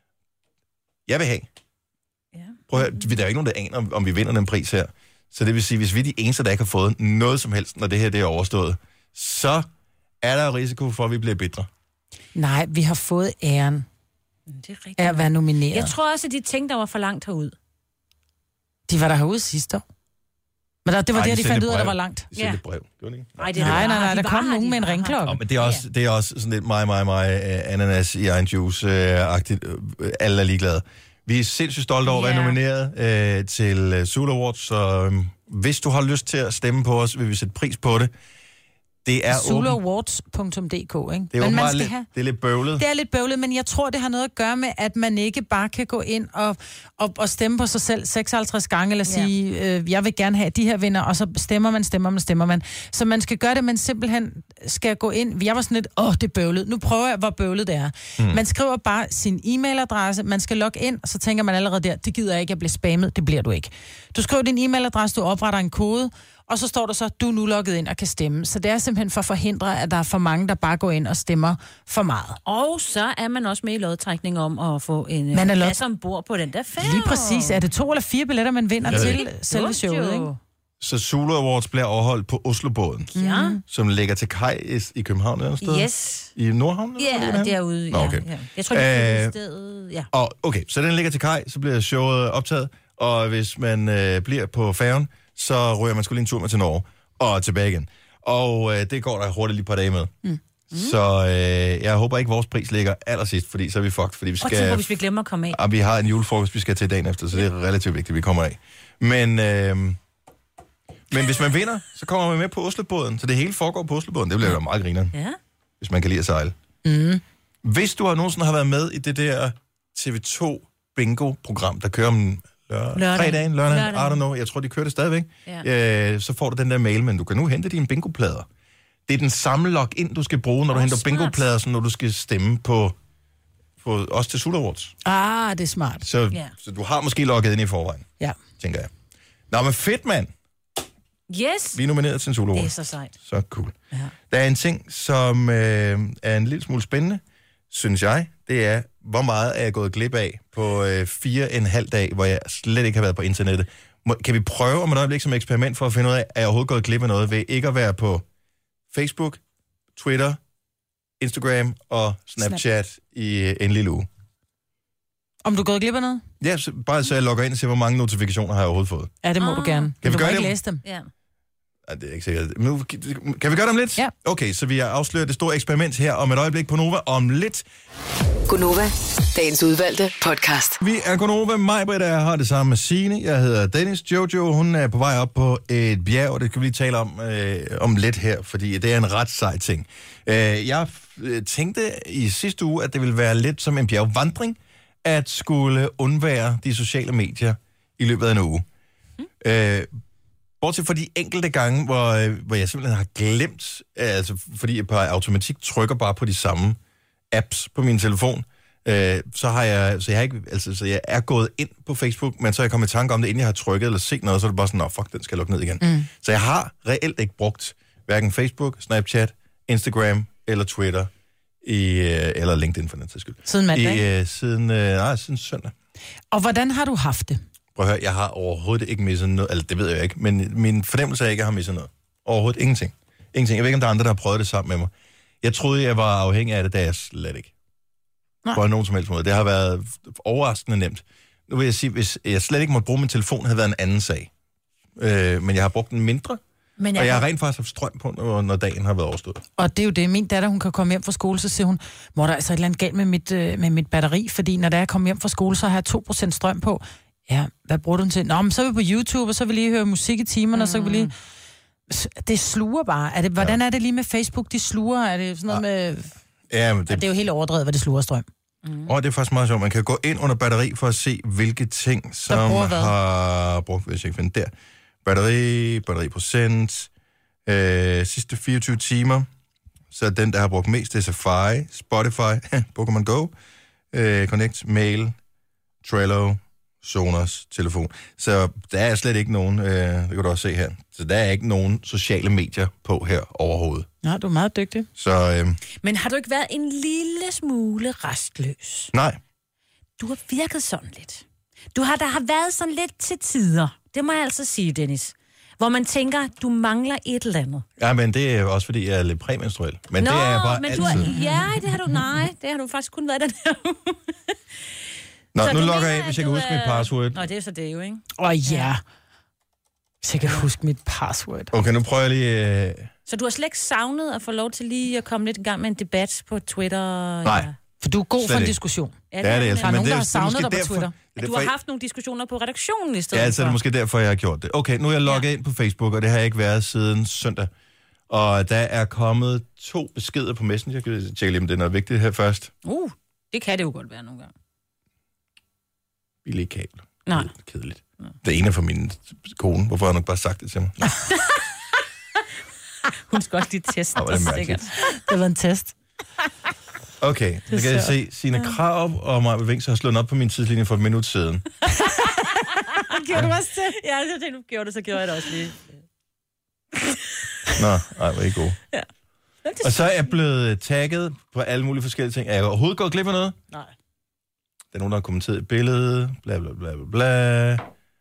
Jeg vil have. Ja. Prøv at høre, der er ikke nogen, der aner, om vi vinder den pris her. Så det vil sige, hvis vi er de eneste, der ikke har fået noget som helst, når det her det er overstået, så er der jo risiko for, at vi bliver bitre. Nej, vi har fået æren af at være nomineret. Jeg tror også, at de ting, der var for langt herud. De var der herude sidste år. Men det var der, de fandt ud af, at der var langt. De sendte et brev. Nej, der kom nogen med en ringklokke. Men det er også sådan lidt mig, ananas i egen juice-agtigt. Alle er ligeglade. Vi er sindssygt stolte over at være nomineret til Zulu Awards, så hvis du har lyst til at stemme på os, vil vi sætte pris på det. Det er zuluawards.dk, ikke? Det er, men man skal have... det er lidt bøvlet. Det er lidt bøvlet, men jeg tror, det har noget at gøre med, at man ikke bare kan gå ind og stemme på sig selv 56 gange, eller sige, jeg vil gerne have de her vinder, og så stemmer man. Så man skal gøre det, man simpelthen skal gå ind. Jeg var sådan lidt, det er bøvlet. Nu prøver jeg, hvor bøvlet det er. Man skriver bare sin e-mailadresse, man skal logge ind, og så tænker man allerede der, det gider jeg ikke, jeg bliver spammet, det bliver du ikke. Du skriver din e-mailadresse, du opretter en kode, og så står der så, du er nu logget ind og kan stemme. Så det er simpelthen for at forhindre, at der er for mange, der bare går ind og stemmer for meget. Og så er man også med i lodtrækning om at få en plads ombord på den der færge. Lige præcis. Er det 2 eller 4 billetter, man vinder til selve showet, ikke? Så Zulu Awards bliver overholdt på Oslobåden, som ligger til kaj i København eller sted? Yes. I Nordhavn? Ja, derude. Nå, okay. Ja. Jeg tror, det er stedet. Ja. Og okay, så den ligger til kaj, så bliver showet optaget, og hvis man bliver på færgen, så ryger man sgu lige en tur med til Norge, og tilbage igen. Og det går der hurtigt lige et par dage med. Så jeg håber ikke, vores pris ligger allersidst, fordi så er vi fucked. Fordi vi skal, hvis vi glemmer at komme af. Og vi har en julefrokost, vi skal til dagen efter, så det er relativt vigtigt, at vi kommer af. Men hvis man vinder, så kommer man med på Oslobåden, så det hele foregår på Oslobåden. Det bliver jo meget grineren, hvis man kan lide at sejle. Hvis du nogensinde har været med i det der TV2 bingo-program, der kører om lørdag, I don't know, jeg tror, de kører det stadigvæk, så får du den der mail, men du kan nu hente dine bingoplader. Det er den samme login, du skal bruge, når du henter bingoplader, så når du skal stemme på også til Zulu Awards. Det er smart. Så du har måske logget ind i forvejen, tænker jeg. Nå, men fedt, mand. Yes. Vi er nomineret til en Zulu Award. Det er så sejt. Så cool. Ja. Der er en ting, som er en lille smule spændende, synes jeg. det er, hvor meget er jeg gået glip af på 4,5 dag, hvor jeg slet ikke har været på internettet. Kan vi prøve om et øjeblik som eksperiment for at finde ud af, er jeg overhovedet gået glip af noget ved ikke at være på Facebook, Twitter, Instagram og Snapchat i en lille uge? Om du er gået glip af noget? Ja, bare så jeg logger ind og ser, hvor mange notifikationer har jeg overhovedet fået. Ja, det må du gerne. Kan vi gøre ikke det? læse dem. Ja. Nej, det er ikke sikkert. Nu, kan vi gøre det om lidt? Ja. Okay, så vi har afsløret det store eksperiment her om et øjeblik på Nova om lidt. Gunova, dagens udvalgte podcast. Vi er Gunova. Majbrit har det samme med Signe. Jeg hedder Dennis. Jojo, hun er på vej op på et bjerg, og det kan vi lige tale om lidt her, fordi det er en ret sej ting. Jeg tænkte i sidste uge, at det ville være lidt som en bjergvandring, at skulle undvære de sociale medier i løbet af en uge. Bortset fra de enkelte gange, hvor jeg simpelthen har glemt, altså fordi jeg på automatik trykker bare på de samme apps på min telefon, så jeg er gået ind på Facebook, men så er jeg kommet i tanke om det, inden jeg har trykket eller set noget, så er det bare sådan, fuck, den skal jeg lukke ned igen. Så jeg har reelt ikke brugt hverken Facebook, Snapchat, Instagram eller Twitter, eller LinkedIn for den sags skyld. Siden mandag? Siden søndag. Og hvordan har du haft det? Prøv at høre, jeg har overhovedet ikke misset noget, altså det ved jeg ikke, men min fornemmelse er ikke, at jeg har misset noget. Overhovedet ingenting. Jeg ved ikke, om der er andre, der har prøvet det sammen med mig. Jeg troede, jeg var afhængig af det, da jeg slet ikke. På nogen som helst måde. Det har været overraskende nemt. Nu vil jeg sige, hvis jeg slet ikke måtte bruge min telefon, havde været en anden sag. Men jeg har brugt den mindre, og jeg har rent faktisk haft strøm på, når dagen har været overstået. Og det er jo det. Min datter, hun kan komme hjem fra skole, så siger hun, mor, der er altså et eller andet galt med mit batteri, fordi når jeg kommer hjem fra skole, så har jeg 2% strøm på. Ja, hvad bruger du den til? Nå, men så er vi på YouTube, og så vil vi lige høre musik i timerne, og så kan vi lige... Det sluger bare. Hvordan er det lige med Facebook, de sluger? Er det sådan noget med... Ja, men det er jo helt overdrevet, hvad det sluger strøm. Og det er faktisk meget sjovt. Man kan gå ind under batteri for at se, hvilke ting, som har brugt, hvis jeg ikke finder der. Batteriprocent, sidste 24 timer. Så den, der har brugt mest, det er Safari, Spotify, Pokémon Go, Connect, Mail, Trello, Sonos, telefon. Så der er slet ikke nogen, det kan du også se her, så der er ikke nogen sociale medier på her overhovedet. Ja, du er meget dygtig. Så, Men har du ikke været en lille smule restløs? Nej. Du har virket sådan lidt. Der har været sådan lidt til tider. Det må jeg altså sige, Dennis. Hvor man tænker, du mangler et eller andet. Ja, men det er jo også, fordi jeg er lidt præmenstruel. Men det er jeg bare men altid. det har du faktisk kun været den her uge. Nå, nu logger jeg ind, hvis jeg kan huske mit password. Nå, det er så det jo, ikke? Ja. Hvis jeg kan huske mit password. Okay, nu prøver jeg lige... Så du har slet ikke savnet at få lov til lige at komme lidt i gang med en debat på Twitter? Nej. Ja. For du er god for en diskussion. Ja, det er det. Der er nogen, der har savnet dig på Twitter. Du har haft nogle diskussioner på redaktionen i stedet for. Ja, så er det måske derfor, jeg har gjort det. Okay, nu er jeg logget ind på Facebook, og det har jeg ikke været siden søndag. Og der er kommet 2 beskeder på Messenger. Jeg kan tjekke lige, om det er noget vigtigt her først. Det kan det jo godt være nogle gange. Billige kabel. Nej. Kedeligt. Det ene er fra min kone. Hvorfor har hun ikke bare sagt det til mig? Hun skal også lige teste det sikkert. Det var en test. Okay, så kan jeg se, Signe Krarup og Maja Vings har slået op på min tidslinje for et minut siden. Gjorde du også det? Ja, jeg tænkte, du gjorde det, så gjorde jeg det også lige. Nå, hvor er I gode. Ja. Og så er jeg blevet tagget på alle mulige forskellige ting. Er jeg overhovedet gået glip af noget? Nej. Der er nogen, der har kommenteret et billede. Bla, bla, bla, bla, bla.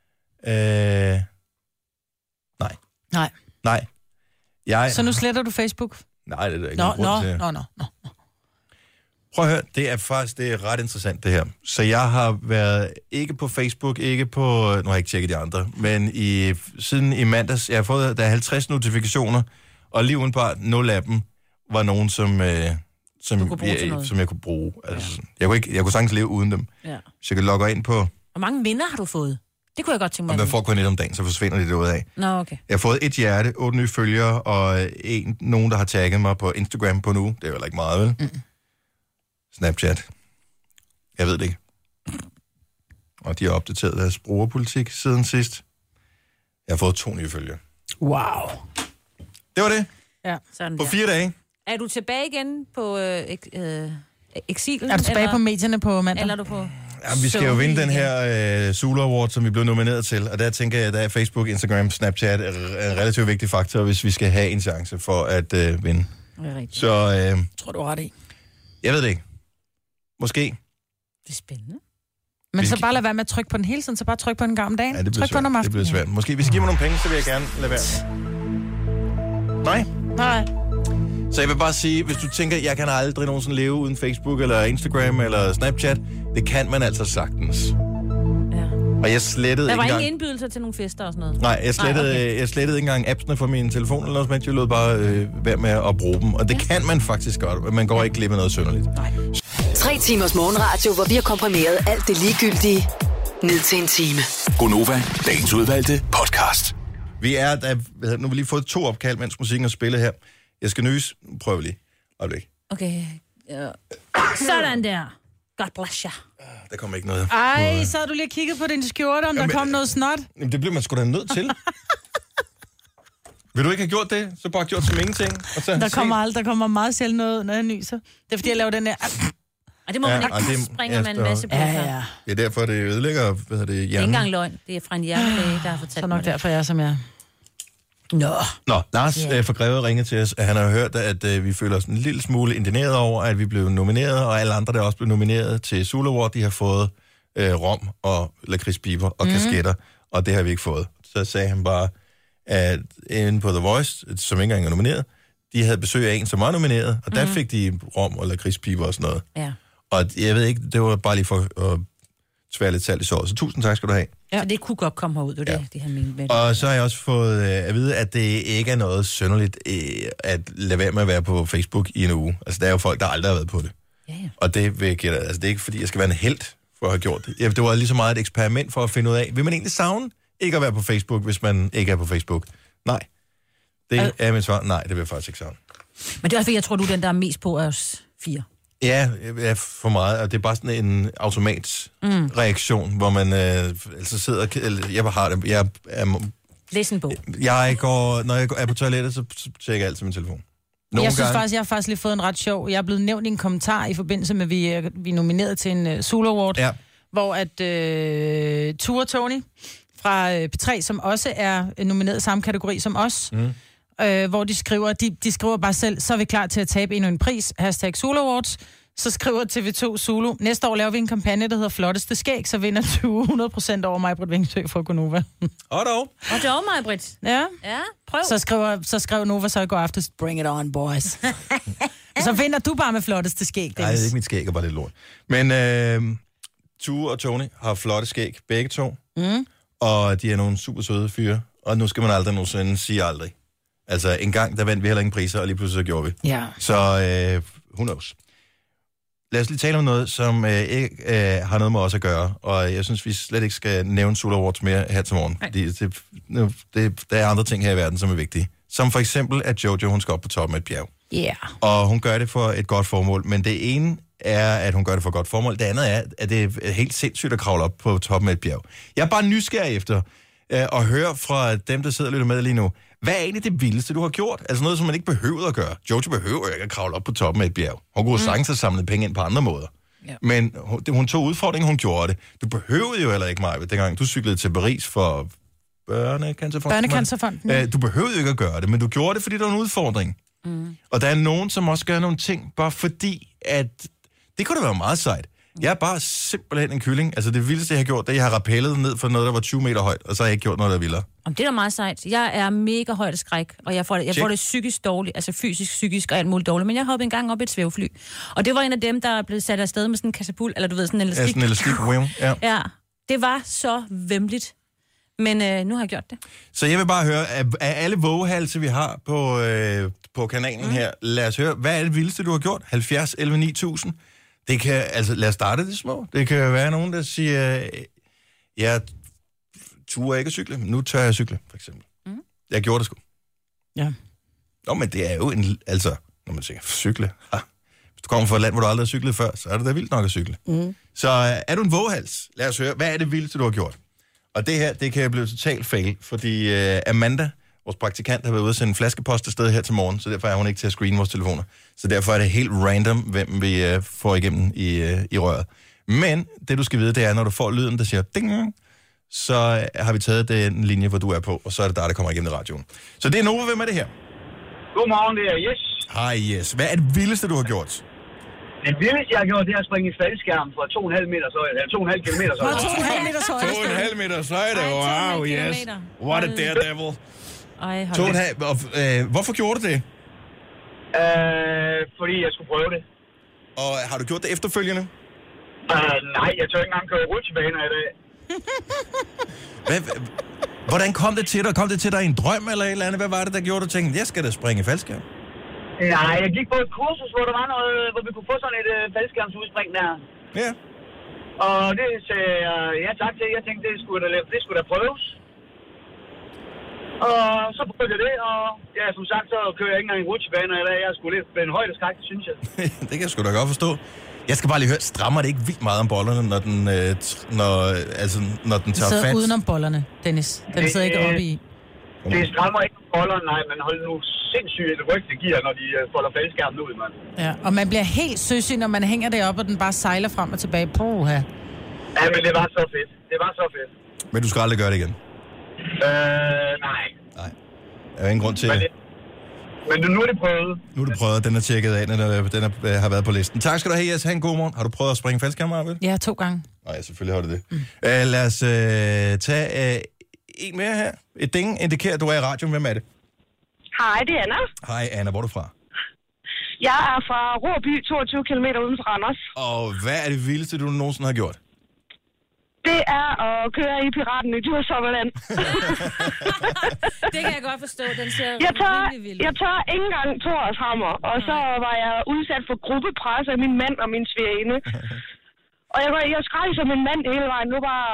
Nej. Så nu sletter du Facebook? Nej, det er ikke nogen grund til. Nå. Prøv at høre, det er ret interessant det her. Så jeg har været ikke på Facebook, ikke på... Nu har jeg ikke tjekket de andre, men siden i mandags, jeg har fået, der er 50 notifikationer, og lige udenbart 0 af dem var nogen, som jeg kunne bruge. Altså, ja. Jeg kunne sagtens leve uden dem. Ja. Så jeg kan logge ind på... Hvor mange minder har du fået? Det kunne jeg godt tænke mig. Og man får kun et om dagen, så forsvinder de derude af. Nå, okay. Jeg har fået 1 hjerte, 8 nye følgere, og nogen, der har tagget mig på Instagram på nu. Det er jo ikke meget, vel? Mm. Snapchat. Jeg ved det ikke. Og de har opdateret deres brugerpolitik siden sidst. Jeg har fået 2 nye følgere. Wow. Det var det. Ja. Sådan på 4 dage. Er du tilbage igen på eksilen? Er du tilbage på medierne på mandag? Eller er du på... Ja, vi skal jo vinde den her Zulu Award, som vi blev nomineret til. Og der tænker jeg, at Facebook, Instagram, Snapchat er en relativt vigtig faktor, hvis vi skal have en chance for at vinde. Det er rigtigt. Så tror du ret i? Jeg ved det ikke. Måske. Det er spændende. Men så bare lad være med at trykke på den hele tiden, så bare tryk på den gang om dagen. Ja, det bliver tryk svært. på den om Det bliver svært. Måske hvis I giver mig nogle penge, så vil jeg gerne lade være. Nej. Så jeg vil bare sige, hvis du tænker, jeg kan aldrig nogensinde leve uden Facebook, eller Instagram, eller Snapchat, det kan man altså sagtens. Ja. Og jeg slettede Der var ikke ingen indbydelser til nogle fester og sådan noget? Nej, jeg slettede ikke engang appsene fra min telefon, eller noget som helst. Jeg lød bare være med at bruge dem. Og det kan man faktisk godt. Man går ikke glip af noget synderligt. 3 timers morgenradio, hvor vi har komprimeret alt det ligegyldige ned til en time. Gonova, dagens udvalgte podcast. Vi er, nu har vi lige fået 2 opkald, mens musikken er spillet her. Jeg skal nys. Prøv lige. Øjeblik. Okay. Ja. Sådan der. God bless you. Der kommer ikke noget. Ej, så har du lige kigget på din skjorte, om der kom noget snot. Jamen, det bliver man sgu da nødt til. Vil du ikke have gjort det? Så bare gjort som ingenting. Og så Der kommer meget sjældent noget, når jeg nyser. Det er fordi, jeg laver den der... Og det må man ikke, springer man en masse på. Ja. Det er derfor, det ødelægger hjernen. Det er ikke engang løgn. Det er fra en hjernelæge, der har fortalt så nok derfor, jeg er som jeg. Nå, Lars fra Greve ringede til os, at han har hørt, at vi føler os en lille smule indigneret over, at vi blev nomineret, og alle andre, der også blev nomineret til Zulu Award, de har fået rom og lakridspiber og kasketter, og det har vi ikke fået. Så sagde han bare, at inde på The Voice, som ikke engang er nomineret, de havde besøg af en, som var nomineret, og der fik de rom og lakridspiber og sådan noget. Ja. Og jeg ved ikke, det var bare lige for at svære lidt salt i såret. Så 1000 tak skal du have. Ja. Så det kunne godt komme herud, det han mente med det. Og så har jeg også fået at vide, at det ikke er noget synderligt at lade være med at være på Facebook i en uge. Altså, der er jo folk, der aldrig har været på det. Ja. Og det vil jeg give dig. Altså, det er ikke, fordi jeg skal være en helt for at have gjort det. Det var lige så meget et eksperiment for at finde ud af, vil man egentlig savne ikke at være på Facebook, hvis man ikke er på Facebook? Nej. Det er mit svar. Nej, det vil jeg faktisk ikke savne. Men det er også fordi, jeg tror, du er den, der er mest på af os 4. Ja, for meget, og det er bare sådan en automatreaktion, hvor man altså sidder... Jeg har det... Læs en bog. Når jeg er på toilettet, så tjekker jeg altid min telefon. Jeg har faktisk lige fået en ret sjov... Jeg er blevet nævnt i en kommentar i forbindelse med, at vi er nomineret til en Zulu Award, hvor at Ture og Tony fra P3, som også er nomineret i samme kategori som os... hvor de skriver bare selv, så er vi klar til at tabe endnu en pris, #Zulu Awards. Så skriver TV2 Zulu, næste år laver vi en kampagne, der hedder Flotteste Skæg, så vinder 100% over Maj-Brit Vingsø for Gonova. Og dog, Maj-Brit. Ja, prøv. Så skrev Nova så i går aftes, bring it on, boys. Så vinder du bare med Flotteste Skæg, Dennis. Nej, det er ikke mit skæg, og bare lidt lort. Men Tue og Tony har flotte skæg, begge to. Og de er nogle super søde fyre. Og nu skal man aldrig nogensinde sige aldrig. Altså, en gang, der vandt vi heller ingen priser, og lige pludselig så gjorde vi. Ja. Så, who knows. Lad os lige tale om noget, som ikke har noget med os at gøre. Og jeg synes, vi slet ikke skal nævne Zulu Awards mere her til morgen. Fordi der er andre ting her i verden, som er vigtige. Som for eksempel, at Jojo, hun skal op på toppen af et bjerg. Yeah. Og hun gør det for et godt formål. Men det ene er, at hun gør det for et godt formål. Det andet er, at det er helt sindssygt at kravle op på toppen af et bjerg. Jeg er bare nysgerrig efter at høre fra dem, der sidder og lytter med lige nu. Hvad er egentlig det vildeste, du har gjort? Altså noget, som man ikke behøver at gøre. Jojo behøver ikke at kravle op på toppen af et bjerg. Hun kunne sagtens have samlet penge ind på andre måder. Ja. Men hun tog udfordringen, hun gjorde det. Du behøvede jo heller ikke, Maja, dengang du cyklede til Paris for Børnecancerfonden. Du behøvede jo ikke at gøre det, men du gjorde det, fordi det var en udfordring. Og der er nogen, som også gør nogle ting, bare fordi, at det kunne da være meget sejt. Jeg er bare simpelthen en kylling. Altså det vildeste, jeg har gjort, det er, jeg har rappellet ned for noget, der var 20 meter højt, og så har jeg ikke gjort noget, der vildere. Det er da meget sejt. Jeg er mega højt skræk, og jeg får det psykisk dårligt, altså fysisk, psykisk og alt muligt dårligt. Men jeg hoppede engang op i et svævefly. Og det var en af dem, der er blevet sat afsted med sådan en katapult, eller du ved, sådan en elastik. Ja, sådan en elastik. Ja, det var så væmmeligt. Men nu har jeg gjort det. Så jeg vil bare høre, af alle vågehalse, vi har på kanalen her, lad os høre, hvad er det vildeste, du har gjort? 70 11 9000. Det kan, altså lad os starte det små. Det kan være nogen, der siger, jeg turer ikke at cykle, nu tør jeg at cykle, for eksempel. Jeg gjorde det sgu. Ja. Nå, men det er jo altså, når man tænker, cykle, hvis du kommer fra et land, hvor du aldrig har cyklet før, så er det da vildt nok at cykle. Så er du en vågehals? Lad os høre, hvad er det vildeste, du har gjort? Og det her, det kan blive totalt fail, fordi Amanda, vores praktikant, har været ude at sende en flaskepost afsted her til morgen, så derfor er hun ikke til at screene vores telefoner. Så derfor er det helt random, hvem vi får igennem i røret. Men det, du skal vide, det er, når du får lyden, der siger ding, så har vi taget den linje, hvor du er på, og så er det der kommer igennem i radioen. Så det er Nova, hvem er det her? Godmorgen, det er Yes. Hej Yes. Hvad er det vildeste, du har gjort? Det vildeste, jeg har gjort, det er at springe i faldskærm fra 2,5 meters højde, eller 2,5 kilometers højde. 2,5 meters højde. 2,5 meters højde, wow, yes. What a daredevil. 2,5, hvorfor gjorde du det? Fordi jeg skulle prøve det. Og har du gjort det efterfølgende? Nej, jeg tør ikke engang køre rutsjebaner i dag. Hvordan kom det til dig? Kom det til dig i en drøm eller et eller andet? Hvad var det, der gjorde, du tænkte, jeg skal da springe i faldskærm? Nej, jeg gik på et kursus, hvor der var noget, hvor vi kunne få sådan et faldskærmsudspring der. Ja. Og det sagde jeg ja tak til. Jeg tænkte, det skulle da prøves. Og så prøvede jeg det, og ja, som sagt, så kører jeg ikke engang en rutsjebane i dag. Jeg er sgu lidt med en højdeskræk, synes jeg. Det kan jeg sgu da godt forstå. Jeg skal bare lige høre, strammer det ikke vildt meget om bollerne, når den, når den tager fat? Udenom bollerne, Dennis. Den sidder ikke oppe i. Det strammer ikke bollerne, nej, men hold nu sindssygt et ryg, det giver, når de folder faldskærmen ud, mand. Ja, og man bliver helt søsyg, når man hænger det op, og den bare sejler frem og tilbage. Puha. Ja, men det var så fedt. Det var så fedt. Men du skal aldrig gøre det igen? Nej. Der er ingen grund til... Men nu er det prøvet. Nu er det prøvet, den er tjekket af, den har været på listen. Tak skal du have, Jes. Ha' en god morgen. Har du prøvet at springe faldskærm, Arvid? Ja, 2 gange. Nej, selvfølgelig har du det. Lad os tage en mere her. Et ding indikerer, at du er i radioen. Hvem er det? Hej, det er Anna. Hej, Anna. Hvor er du fra? Jeg er fra Råby, 22 km uden for Randers. Og hvad er det vildeste, du nogensinde har gjort? Det er at køre i Piraten i Djursommerland. Det kan jeg godt forstå. Den ser rimelig vild. Jeg tør ikke engang Thors hammer. Og så var jeg udsat for gruppepres af min mand og min svigerinde. Og jeg skreg som en mand hele vejen. Nu bare...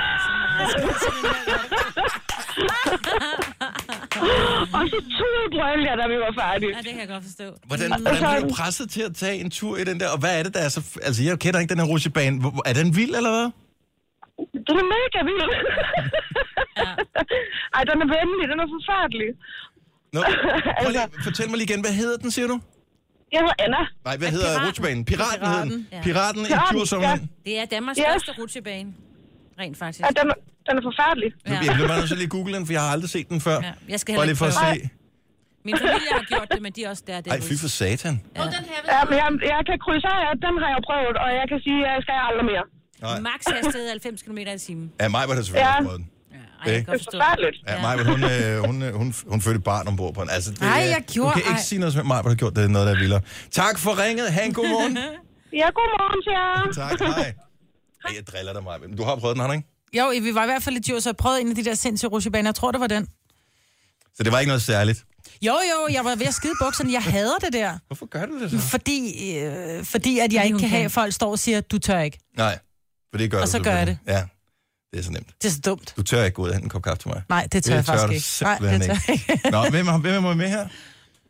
Og så tudbrølte jeg, da vi var færdige. Ja, det kan jeg godt forstå. Hvordan bliver du presset til at tage en tur i den der? Og hvad er det, der er så... Altså, jeg kender ikke den her rutsjebane. Er den vild, eller hvad? Den er mega vild. Ja. Ej, den er venlig. Den er forfærdelig. Nå, fortæl mig lige igen. Hvad hedder den, siger du? Jeg hedder Anna. Nej, hvad hedder rutsjebanen? Piraten hedder den. Ja. Piraten i Djursommerland. Ja. Det er Danmarks største rutsjebane. Rent faktisk. Ja, den er forfærdelig. Ja. Jeg bliver nødt til at lige google den, for jeg har aldrig set den før. Ja. Jeg skal heller ikke prøve at se. Min familie har gjort det, men de er også der. Ej, fy for satan. Ja, men jeg kan krydse af, at den har jeg prøvet, og jeg kan sige, at jeg skal aldrig mere. Max hastighed 90 km i timen. Ja, Majbert har selvfølgelig også prøvet den. Ej, jeg kan godt forstå. Ja, Majbert, hun fødte barn ombord på den. Altså, det, jeg gjorde... Du kan ikke sige noget, som Majbert har gjort. Det er noget, der er vildere. Tak for ringet. Ha' en god morgen. Ja, god morgen til jer. Tak, hej. Ej, jeg driller dig, Majbert. Du har prøvet den, har du ikke? Jo, vi var i hvert fald i Djurs, så jeg prøvede en af de der sindssyge rutsjebaner. Jeg tror, det var den. Så det var ikke noget særligt? Jo, jeg var ved at skide bukserne. Jeg hader det der. Hvorfor gør du det så? Fordi at jeg ikke kan have, at folk står og siger, du tør ikke. Nej, for det gør du. Og så gør jeg det. Ja, det er så nemt. Det er så dumt. Du tør ikke gå ud og hente en kop kaffe til mig. Nej, det tør jeg faktisk ikke. Nej, det tør jeg ikke. Nå, hvem er med her?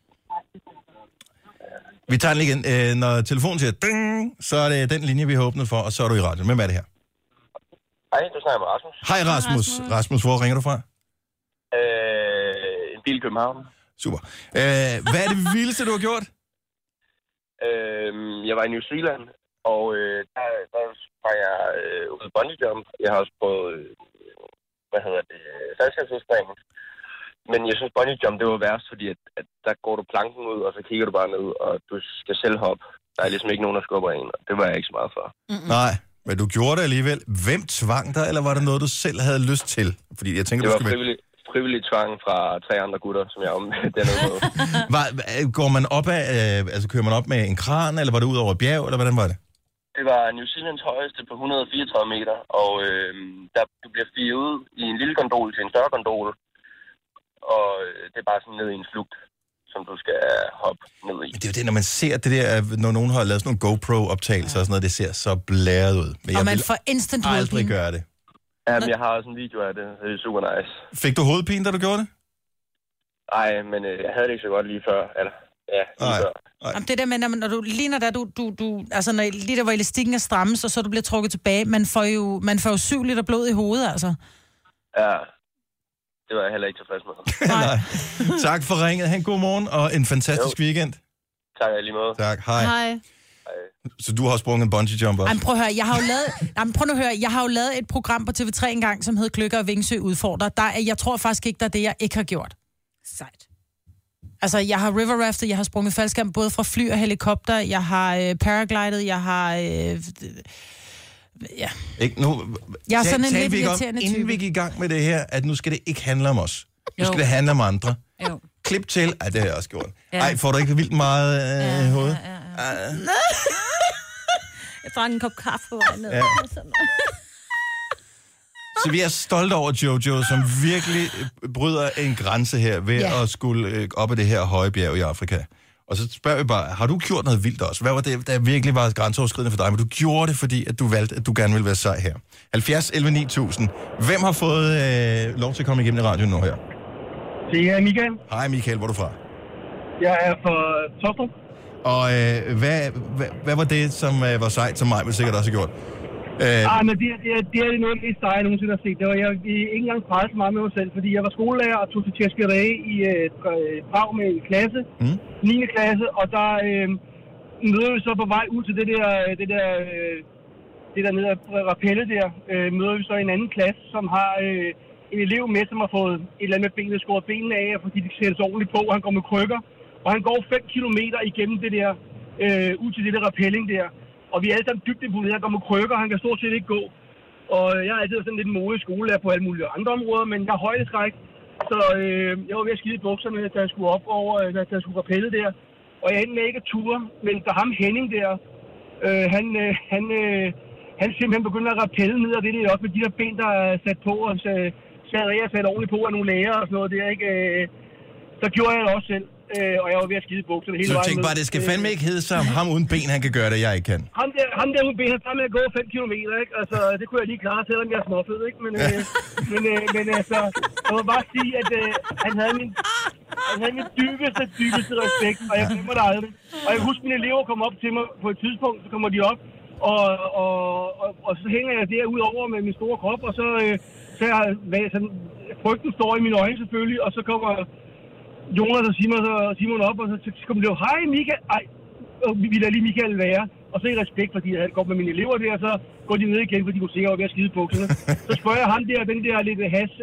Vi tager den lige igen. Når telefonen siger ding, så er det den linje, vi har åbnet for, og så er du i radioen. Hvem er det her? Hej, du snakker med Rasmus. Hej Rasmus. Rasmus, hvor ringer du fra? En bil i København. Super. Hvad er det vildeste, du har gjort? Jeg var i New Zealand, og der var jeg ude bungee jump. Jeg har også prøvet, faldskærmsudspringen. Men jeg synes, bungee jump, det var værst, fordi at der går du planken ud, og så kigger du bare ned, og du skal selv hoppe. Der er ligesom ikke nogen, der skubber en, og det var jeg ikke så meget for. Nej, men du gjorde det alligevel. Hvem tvang dig, eller var det noget, du selv havde lyst til? Fordi jeg tænker, det var frivillig tvang fra 3 andre gutter, som jeg om dernede med. Går man op af, altså kører man op med en kran, eller var det ud over et bjerg, eller hvordan var det? Det var New Zealands højeste på 134 meter, og du bliver firet ud i en lille gondol til en større gondol, og det er bare sådan ned i en flugt, som du skal hoppe ned i. Men det er jo det, når man ser det der, når nogen har lavet sådan nogle GoPro-optagelser og sådan noget, det ser så blæret ud. Men og man får instant hovedpine. Aldrig gøre det. Jamen, jeg har også en video af det. Det er super nice. Fik du hovedpine, da du gjorde det? Nej, men jeg havde det ikke så godt lige før. Eller, ja, lige før. Jamen, det der med, når du lige når du altså når lige der hvor elastikken er strammes, og så du bliver trukket tilbage, man får jo 7 liter blod i hovedet, altså. Ja, det var jeg heller ikke tilfreds med. Nej. Tak for ringet. Ha' en god morgen, og en fantastisk weekend. Tak, lige måde. Tak, hej. Hej. Så du har sprunget en bungee jump også? Jamen, prøv at høre, jeg har jo lavet et program på TV3 engang, som hed Kløkker og Vingsø udfordrer. Jeg tror faktisk ikke, der er det, jeg ikke har gjort. Sejt. Altså, jeg har river raftet, jeg har sprunget faldskærm både fra fly og helikopter, jeg har paraglidet, jeg har... ja. Ikke nu... Jeg er sådan en lidt irriterende type. Inden vi gik i gang med det her, at nu skal det ikke handle om os. Nu skal det handle om andre. Jo. Klip til... Ej, det har jeg også gjort. Ja. Ej, får du ikke vildt meget i hovedet? Ja. Jeg drak en kop kaffe på vej ned. Ja. Så vi er stolte over Jojo, som virkelig bryder en grænse her ved at skulle op ad det her høje bjerg i Afrika. Og så spørger vi bare, har du gjort noget vildt også? Hvad var det, der virkelig var grænseoverskridende for dig? Men du gjorde det, fordi at du valgte, at du gerne ville være sej her. 70 11 9000. Hvem har fået lov til at komme igennem i radioen nu her? Det er Michael. Hej Michael, hvor er du fra? Jeg er fra Tostrup. Og hvad var det, som var sejt, som mig vil sikkert også have gjort? Men det er noget af det seje, jeg nogensinde har set. Det var jeg ikke engang prejede så meget med mig selv, fordi jeg var skolelærer og tog til Tjeskeri i Prag med en klasse, 9. klasse, og der møder vi så på vej ud til det der nede af rappelle der, møder vi så en anden klasse, som har en elev med, som har fået et eller andet med benet, skåret benene af, fordi de sættes ordentligt på, og han går med krykker, og han går 5 kilometer igennem det der, ud til det der rappelling der. Og vi er alle sammen dybt imponeret. Han går med krykker, og han kan stort set ikke gå. Og jeg har altid været sådan lidt modig skolelærer på alle mulige andre områder, men jeg har højdeskræk. Så jeg var ved at skide i bukserne, da jeg skulle op over, da jeg skulle rappelle der. Og jeg endte med ikke at ture, men da ham Henning der, han simpelthen begyndte at rappelle ned, og det er også med de der ben, der er sat på, og sat ordentligt på af nogle læger og sådan noget der, ikke? Så gjorde jeg det også selv. Og jeg var ved at skide i bukserne hele vejen. Så du tænkte bare, det skal fandme ikke hedde sig ham uden ben, han kan gøre det, jeg ikke kan. Ham der uden ben, han tager med at gå 5 kilometer, ikke? Altså, det kunne jeg lige klare, selvom jeg er småfed, ikke? Men altså, jeg må bare sige, at han havde min dybeste respekt, og jeg glemmer det aldrig. Og jeg husker, mine elever kom op til mig på et tidspunkt, så kommer de op, og så hænger jeg derude over med min store krop, og så sådan, frygten står i mine øjne selvfølgelig, og så kommer Jonas og Simon op, og så kommer de jo, hej Michael, vi lader lige Michael være, og så i respekt, fordi jeg havde gået med mine elever der, så går de ned igen, fordi de kunne se, at jeg var ved at skide bukserne. Så spørger jeg ham der, den der lidt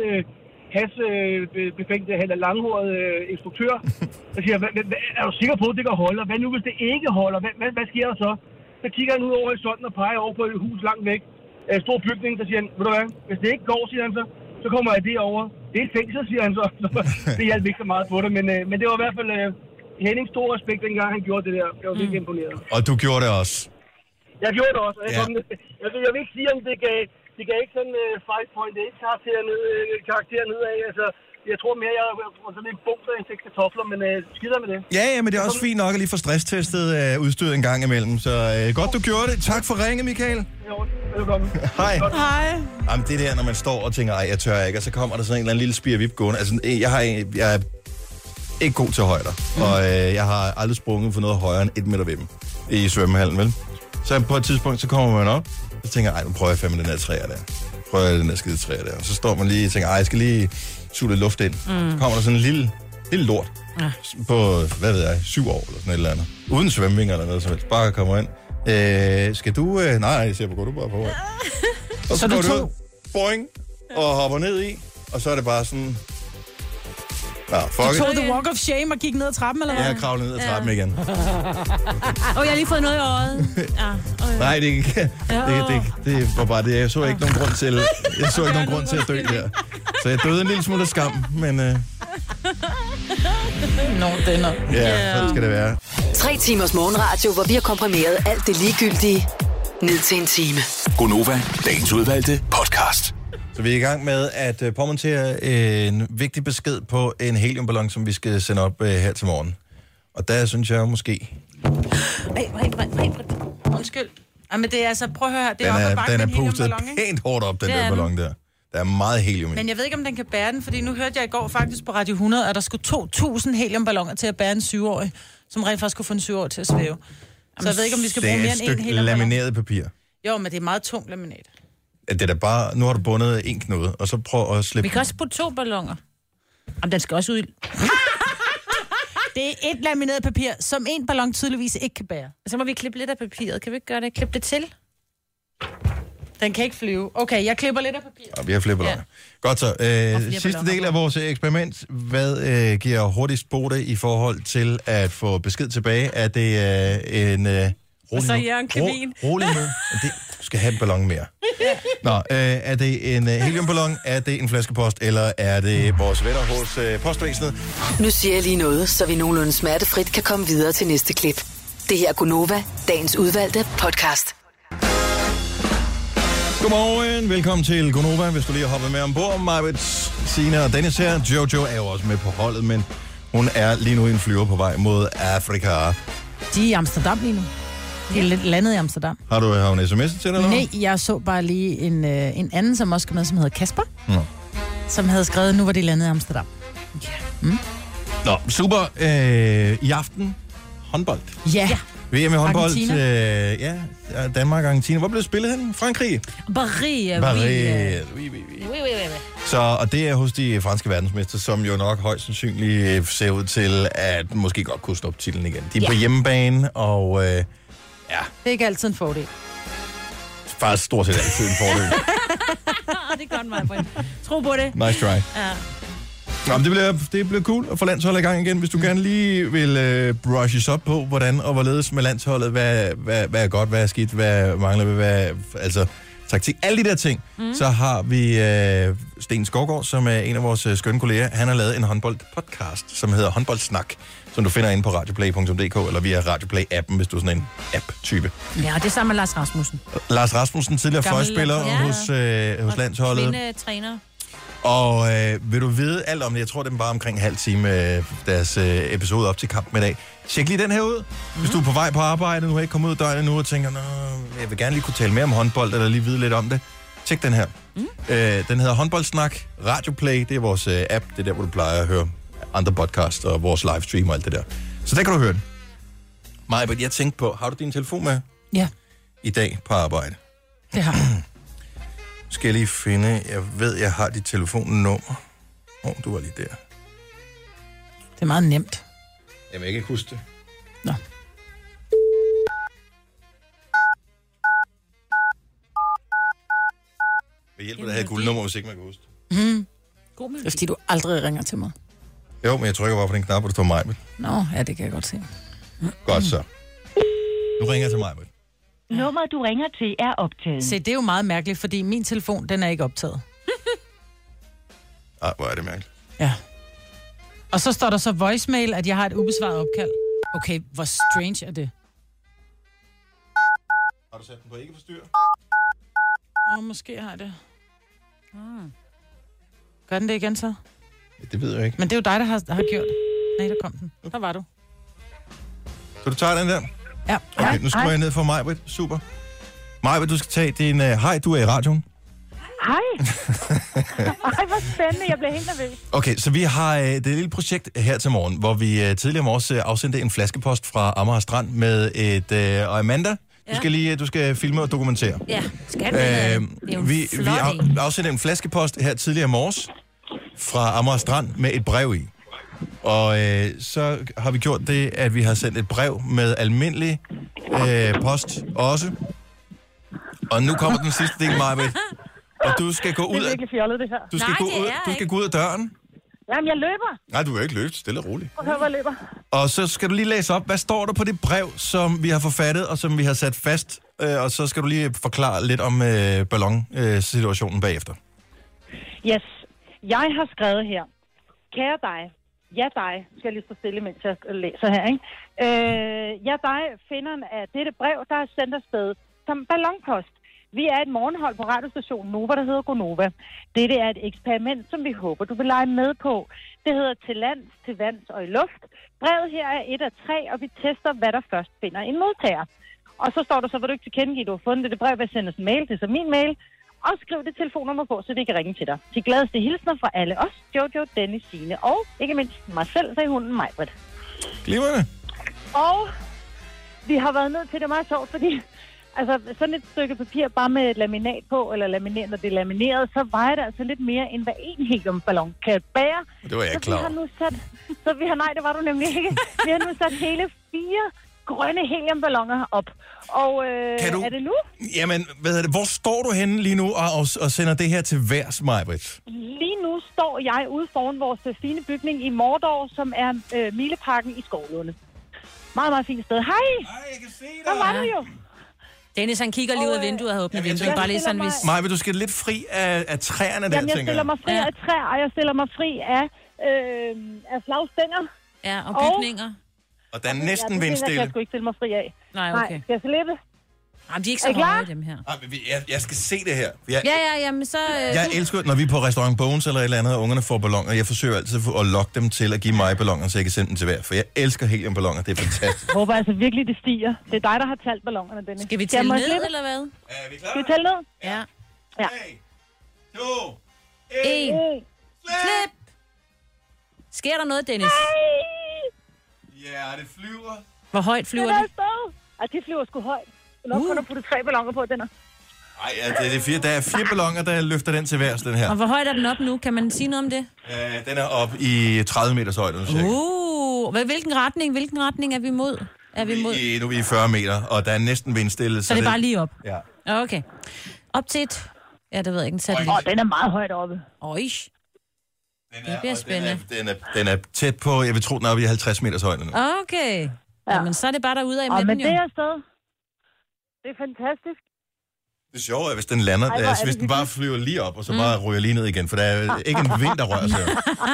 befængte, eller langhårede instruktør, og siger, er du sikker på, at det kan holde, og hvad nu, hvis det ikke holder, hvad sker der så? Så kigger han ud over i sådan og peger over på et hus langt væk, stor bygning, så siger han, ved du hvad, hvis det ikke går, siger han så kommer jeg derover. Det er et fængsel, siger han så. Det hjalp ikke så meget på det, men det var i hvert fald Hennings store respekt, dengang han gjorde det der. Jeg var virkelig imponeret. Og du gjorde det også? Jeg gjorde det også. Jeg vil ikke sige, om det gav ikke sådan 5 point. Det er ikke karakter nedad. Altså, jeg tror mere, jeg var sådan en bunker af 6 kartofler, men skider med det. Ja, men det er også fint nok at lige få stresstestet udstyret en gang imellem. Så godt, du gjorde det. Tak for ringet, Michael. Velkommen. Hej. Hej. Jamen, det der, når man står og tænker, ej, jeg tør ikke, og så kommer der sådan en eller anden lille spirvip gående. Altså, jeg er ikke god til højder, og jeg har aldrig sprunget for noget højere end 1 meter ved dem i svømmehallen, vel? Så på et tidspunkt, så kommer man op, og så tænker jeg, ej, nu prøver jeg fandme den her træer der. Prøver jeg den der skide træer der. Og så står man lige og tænker, ej, jeg skal lige suge lidt luft ind. Så kommer der sådan en lille lort på, hvad ved jeg, 7 år eller sådan et eller andet. Uden svømning eller noget som helst. Bare kommer ind. Skal du... Nej, jeg siger, går du bare på vej. Og så går du ud, boing, og hopper ned i, og så er det bare sådan... Du tog the walk of shame og gik ned ad trappen, eller hvad? Jeg kravlede ned ad trappen igen. Jeg har lige fået noget i øjet. Nej, det var bare det. Jeg så ikke nogen grund til, at dø der. Så jeg døde en lille smule af skam, men... Ja, sådan skal det være. 3 timers morgenradio, hvor vi har komprimeret alt det ligegyldige ned til en time. Gonova, dagens udvalgte podcast. Så vi er i gang med at påmontere en vigtig besked på en heliumballon, som vi skal sende op her til morgen. Og der synes jeg måske... Undskyld. Men det er altså, prøv at høre, det den er pustet pænt hårdt op, den der ballon der. Der er meget helium i. Men jeg ved ikke, om den kan bære den, fordi nu hørte jeg i går faktisk på Radio 100, at der skulle 2.000 heliumballoner til at bære en 7-årig, som rent faktisk skulle få en 7-årig til at svæve. Så jeg ved ikke, om vi skal bruge mere end en heliumballon. Det er et stykke lamineret papir. Jo, men det er meget tungt laminat. Det er da bare, nu har du bundet en knude, og så prøv at slippe. Vi kan også putte 2 balloner. Jamen, den skal også ud. Det er et lamineret papir, som en ballon tydeligvis ikke kan bære. Så må vi klippe lidt af papiret. Kan vi ikke gøre det? Klippe det til? Den kan ikke flyve. Okay, jeg klipper lidt af papir. Ja, vi har flere balloner. Godt så. Sidste del af vores eksperiment. Hvad giver hurtigst Bode i forhold til at få besked tilbage? Er det en og så Jørgen Kevin. Rolig med. Du skal have en ballon mere. Nå, er det en heliumballon? Er det en flaskepost? Eller er det vores venner hos postvæsenet? Nu siger jeg lige noget, så vi nogenlunde smertefrit kan komme videre til næste klip. Det her er Gunova, dagens udvalgte podcast. Godmorgen, velkommen til Gunova. Hvis du lige har hoppet med ombord, Majbet, Signe og Dennis her. Jojo er jo også med på holdet, men hun er lige nu i en flyver på vej mod Afrika. De er i Amsterdam lige nu. De er lidt landet i Amsterdam. Har du en sms til dig? Nej, jeg så bare lige en anden, som også skal med, som hedder Kasper. Som havde skrevet, nu var de landet i Amsterdam. Ja. Nå, super. I aften, håndbold. Ja. VM i håndbold. Danmark og Argentina. Hvor blev det spillet hen? Frankrig? Paris. Så, og det er hos de franske verdensmester, som jo nok højst sandsynligt ser ud til, at måske godt kunne stoppe titlen igen. De er på hjemmebane, og det er ikke altid en fordel. Faktisk stort set altid en fordel. Det er godt meget, Brind. Tro på det. Nice try. Ja. Nå, men det bliver cool at få landsholdet i gang igen. Hvis du gerne lige vil brushes op på, hvordan og hvorledes med landsholdet, hvad er godt, hvad er skidt, hvad mangler vi, altså taktik, alle de der ting, så har vi Sten Skovgaard, som er en af vores skønne kolleger. Han har lavet en håndboldpodcast, som hedder Håndboldsnak, som du finder inde på radioplay.dk eller via Radioplay-appen, hvis du er sådan en app-type. Ja, det er sammen med Lars Rasmussen. Lars Rasmussen, tidligere fløjspiller hos landsholdet. Kvindetræner. Og vil du vide alt om det? Jeg tror, det er bare omkring en halv time deres episode op til kampen i dag. Tjek lige den her ud. Hvis du er på vej på arbejde, nu har ikke kommet ud af døgnet nu og tænker, jeg vil gerne lige kunne tale mere om håndbold, eller lige vide lidt om det. Tjek den her. Den hedder Håndboldsnak. Radioplay, det er vores app. Det er der, hvor du plejer at høre andre podcasts og vores livestream og alt det der. Så der kan du høre den. Maja, jeg tænkte på, har du din telefon med? Ja. I dag på arbejde? Det har jeg. Skal jeg lige finde, jeg ved, jeg har dit telefonnummer. Du var lige der. Det er meget nemt. Jamen, jeg kan ikke huske det. Nå. Hvad hjælper det at have et guldnummer, hvis ikke man kan huske det? God mulighed. Det er fordi, du aldrig ringer til mig. Jo, men jeg trykker bare på den knap, hvor der står Majbet. Nå, ja, det kan jeg godt se. Godt så. Nu ringer jeg til Majbet. Nummeret, du ringer til, er optaget. Se, det er jo meget mærkeligt, fordi min telefon, den er ikke optaget. Ej, hvor er det mærkeligt. Ja. Og så står der så voicemail, at jeg har et ubesvaret opkald. Okay, hvor strange er det? Har du sat den på ikke forstyr? Måske har jeg det. Gør den det igen så? Ja, det ved jeg ikke. Men det er jo dig, der har gjort. Nej, der kom den. Der var du. Så du tager den der? Ja. Okay, nu skruer jeg ned for Majbet. Super. Majbet, du skal tage din... Hej, du er i radioen. Hej. Ej, hvor spændende. Jeg blev helt nervøs. Okay, så vi har det lille projekt her til morgen, hvor vi tidligere morges afsendte en flaskepost fra Amager Strand med et... og Amanda, du skal filme og dokumentere. Ja, skal det. Det er jo vi afsendte en flaskepost her tidligere morges fra Amager Strand med et brev i. Og så har vi gjort det, at vi har sendt et brev med almindelig post også. Og nu kommer den sidste del, Majbet. Og du skal gå ud af... Det er virkelig fjollet, det her. Du skal gå ud af døren. Jamen, jeg løber. Nej, du vil ikke løbe. Stille og roligt. Hør, hvor jeg løber. Og så skal du lige læse op, hvad står der på det brev, som vi har forfattet, og som vi har sat fast. Og så skal du lige forklare lidt om ballonsituationen bagefter. Yes. Jeg har skrevet her. Kære dig. Ja, dig. Skal jeg lige stå stille, mens jeg læser her, ikke? Ja, dig. Finderen af dette brev, der er sendt afsted som ballonpost. Vi er et morgenhold på radiostationen Nova, der hedder Gonova. Dette er et eksperiment, som vi håber, du vil lege med på. Det hedder til lands, til vands og i luft. Brevet her er 1 af 3, og vi tester, hvad der først finder en modtager. Og så står der så, hvor du ikke tilkendegive, du har fundet det brev, ved at sende os en mail, det er så min mail. Og skriv det telefonnummer på, så vi kan ringe til dig. De gladeste hilsner fra alle os, Jojo, Dennis, Signe og ikke mindst mig selv, sagde hunden Majbrit. Glimrende. Og vi har været nødt til det meget sjovt, fordi altså sådan et stykke papir bare med et laminat på, eller lamineret, når det er lamineret, så vejer det altså lidt mere, end hvad en heliumballon kan bære. Det var jeg klar. Nej, det var du nemlig ikke. Vi har nu sat hele 4 grønne heliumballoner op. Og er det nu? Jamen, hvor står du henne lige nu og sender det her til værs, Maj-Brit? Lige nu står jeg ude foran vores fine bygning i Mordor, som er Mileparken i Skovlunde. Meget, meget fint sted. Hej! Hej, jeg kan se dig! Der var du jo. Dennis, han kigger lige ud af vinduet og har åbnet vinduet. Bare lige sådan, hvis... Maja, du skal lidt fri af træerne der, Jamen, jeg stiller mig fri af træer, og jeg stiller mig fri af flagstænger. Ja, og bygninger. Og der er næsten vindstille. Jeg skulle ikke stille mig fri af. Nej, okay. Nej, skal jeg slippe? Jamen, de er ikke så høje, dem her. Jeg skal se det her. Jamen så... Jeg elsker, når vi er på restaurant Bones eller et eller andet, og ungerne får balloner. Jeg forsøger altid at lokke dem til at give mig balloner, så jeg kan sende dem til hver. For jeg elsker heliumballoner. Det er fantastisk. Jeg håber altså virkelig, det stiger. Det er dig, der har talt ballonerne, Dennis. Skal vi tælle ned, eller hvad? Er vi klar? Skal vi tælle ned? Ja. 3, 2, 1. Slip! Sker der noget, Dennis? Ja, det flyver. Hvor højt flyver det? De flyver sgu højt. Du nok kun at putte 3 balloner på, den her. Nej, der er 4 balloner, der løfter den til værs, den her. Og hvor højt er den op nu? Kan man sige noget om det? Den er op i 30 meters højde. Hvilken retning er vi mod? Nu er vi i 40 meter, og der er næsten vindstille. Så det er bare lige op? Ja. Okay. Op til et... Ja, det ved jeg ikke. Den er meget højt oppe. Det bliver spændende. Den er tæt på, jeg vil tro, den er oppe i 50 meters højde nu. Okay. Jamen, så er det bare derude af med den, men det er sted. Det er fantastisk. Det sjove er, hvis den lander, hvis den bare flyver lige op, og så bare ryger lige ned igen, for der er ikke en vind, der rører sig.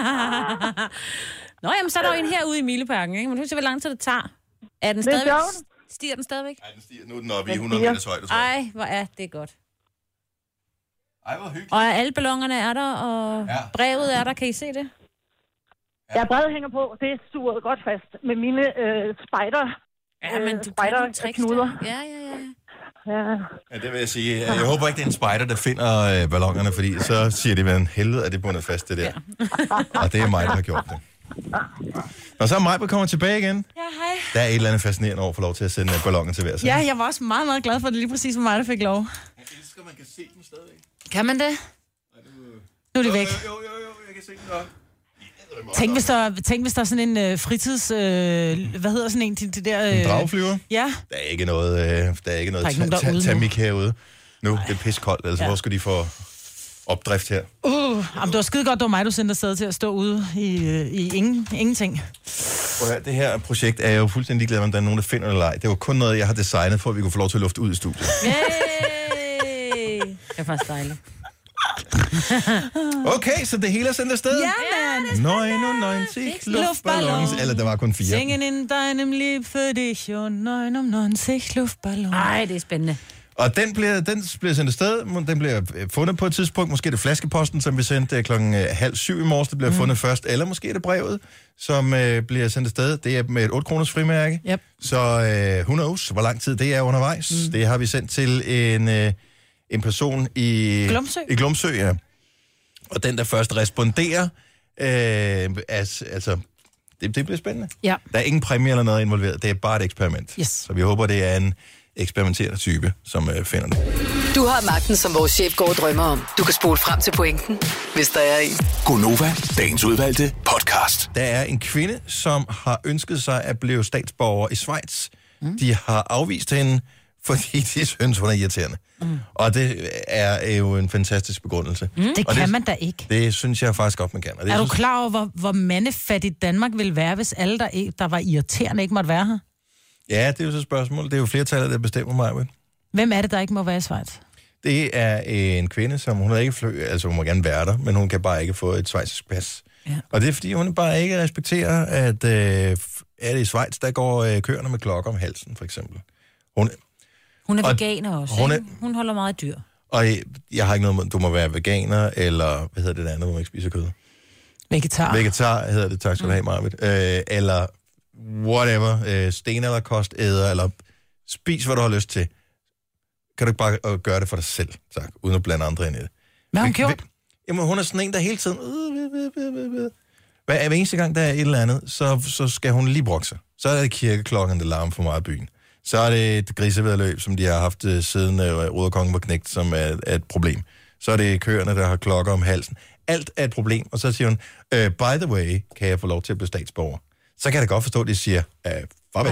Nå, jamen, så er der jo en herude i Mileparken, ikke? Men du kan se, hvor lang tid det tager. Er den stadigvæk? Stiger den stadigvæk? Nej, den stiger. Nu er den oppe i 100 meters højde, tror jeg. Ej, hvor er det godt. Ej, hvor hyggeligt. Og alle ballonerne er der, og brevet er der. Kan I se det? Ja, brevet hænger på. Det er suget godt fast med mine spider. Ja, men du spider-knuder. Ja. Ja, det vil jeg sige. Jeg håber ikke, det er en spider, der finder ballonerne, fordi så siger de, hvad helvede er det bundet fast, det der. Ja. Og det er mig, der har gjort det. Og så er Majbert kommer tilbage igen. Ja, hej. Der er et eller andet fascinerende over at få lov til at sende balloner til hver side. Ja, jeg var også meget, meget glad for, at det lige præcis var mig, der fik lov. Jeg elsker, man kan se dem stadigvæk. Kan man det? Nu er de væk. Jo, jeg kan se dem godt. Tænk, hvis der er sådan en fritids... hvad hedder sådan en til det der... En drageflyver? Ja. Der er ikke noget tamik herude. Nu det er piskoldt, altså hvor skal de få opdrift her? Det var skide godt, det var mig, du sendte afsted til at stå ude i ingenting. Det her projekt er jo fuldstændig glad, om der er nogen, der finder det eller ej. Det var kun noget, jeg har designet, for at vi kunne få lov til at lufte ud i studiet. Yay! Det er faktisk dejligt. Okay, så det hele er sendt afsted? Ja, man! 99 luftballons. Eller der var kun 4. Singen in deinem Lieb für dich und 99 Luftballons. Ej, det er spændende. Og den bliver sendt afsted. Den bliver fundet på et tidspunkt. Måske er det flaskeposten, som vi sendte 6:30 i morges. Det bliver fundet først. Eller måske er det brevet, som bliver sendt afsted. Det er med et 8 kroners frimærke. Yep. Så who knows, hvor lang tid det er undervejs. Det har vi sendt til en person i Glumsø, ja. Og den, der først responderer, det bliver spændende. Ja. Der er ingen præmie eller noget involveret. Det er bare et eksperiment. Yes. Så vi håber, det er en eksperimenterende type, som finder det. Du har magten, som vores chef går og drømmer om. Du kan spole frem til pointen, hvis der er en. Gonova, dagens udvalgte podcast. Der er en kvinde, som har ønsket sig at blive statsborger i Schweiz. De har afvist hende, fordi de synes, hun er irriterende. Og det er jo en fantastisk begrundelse. Det kan man da ikke. Det synes jeg faktisk godt, man kan. Og det, er du klar over, hvor mandefattigt Danmark ville være, hvis alle, der var irriterende, ikke måtte være her? Ja, det er jo så spørgsmålet. Det er jo flertallet, der bestemmer mig. Hvem er det, der ikke må være i Schweiz? Det er en kvinde, som hun har ikke altså hun må gerne være der, men hun kan bare ikke få et schweizisk pas. Ja. Og det er, fordi hun bare ikke respekterer, at er det i Schweiz, der går køerne med klokker om halsen, for eksempel. Hun er veganer også, hun holder meget dyr. Og jeg har ikke noget, du må være veganer, eller hvad hedder det andet, hvor man ikke spiser kød? Vegetar. Vegetar hedder det, tak skal du have, Marvitt. Eller whatever, stenalderkostæder, eller spis, hvad du har lyst til. Kan du ikke bare gøre det for dig selv, tak, uden at blande andre ind i det? Hvad har hun gjort? Jamen, hun er sådan en, der hele tiden... Hver eneste gang, der er et eller andet, så skal hun lige brokke sig. Så er det kirkeklokken, der larmer for meget af byen. Så er det et grisevæddeløb, som de har haft siden Ruderkongen var knægt, som er et problem. Så er det køerne, der har klokker om halsen. Alt er et problem. Og så siger hun, by the way, kan jeg få lov til at blive statsborger? Så kan jeg da godt forstå, at de siger, farvel.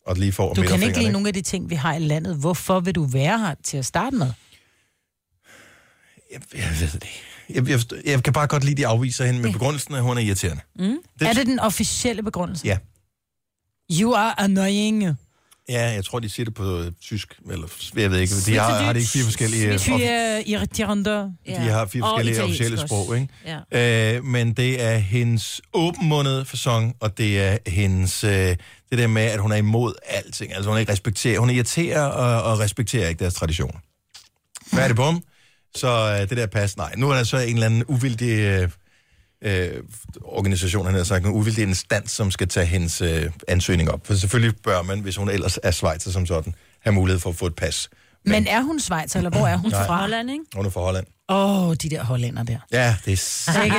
og lige får Du kan ikke lide nogle af de ting, vi har i landet. Hvorfor vil du være her til at starte med? Jeg ved det ikke. Jeg kan bare godt lide, de afviser hende med begrundelsen, at hun er irriterende. Er det den officielle begrundelse? Ja. You are annoying. Ja, jeg tror, de siger det på tysk, eller jeg ved ikke. De har det ikke 4 forskellige... De har 4 forskellige officielle sprog, ikke? Ja. Men det er hendes åbenmundede facon, og det er hendes... det der med, at hun er imod alting. Altså, hun irriterer og respekterer ikke deres traditioner. Færdig bum. Så det der pas, nej. Nu er der så en eller anden uvildig organisation, han har sagt, en uvildig instans, som skal tage hendes ansøgning op. For selvfølgelig bør man, hvis hun ellers er schweizer som sådan, have mulighed for at få et pas. Men er hun schweizer, eller hvor er hun fra? Holland, ikke? Hun er fra Holland. De der hollænder der. Ja, det er sikkert.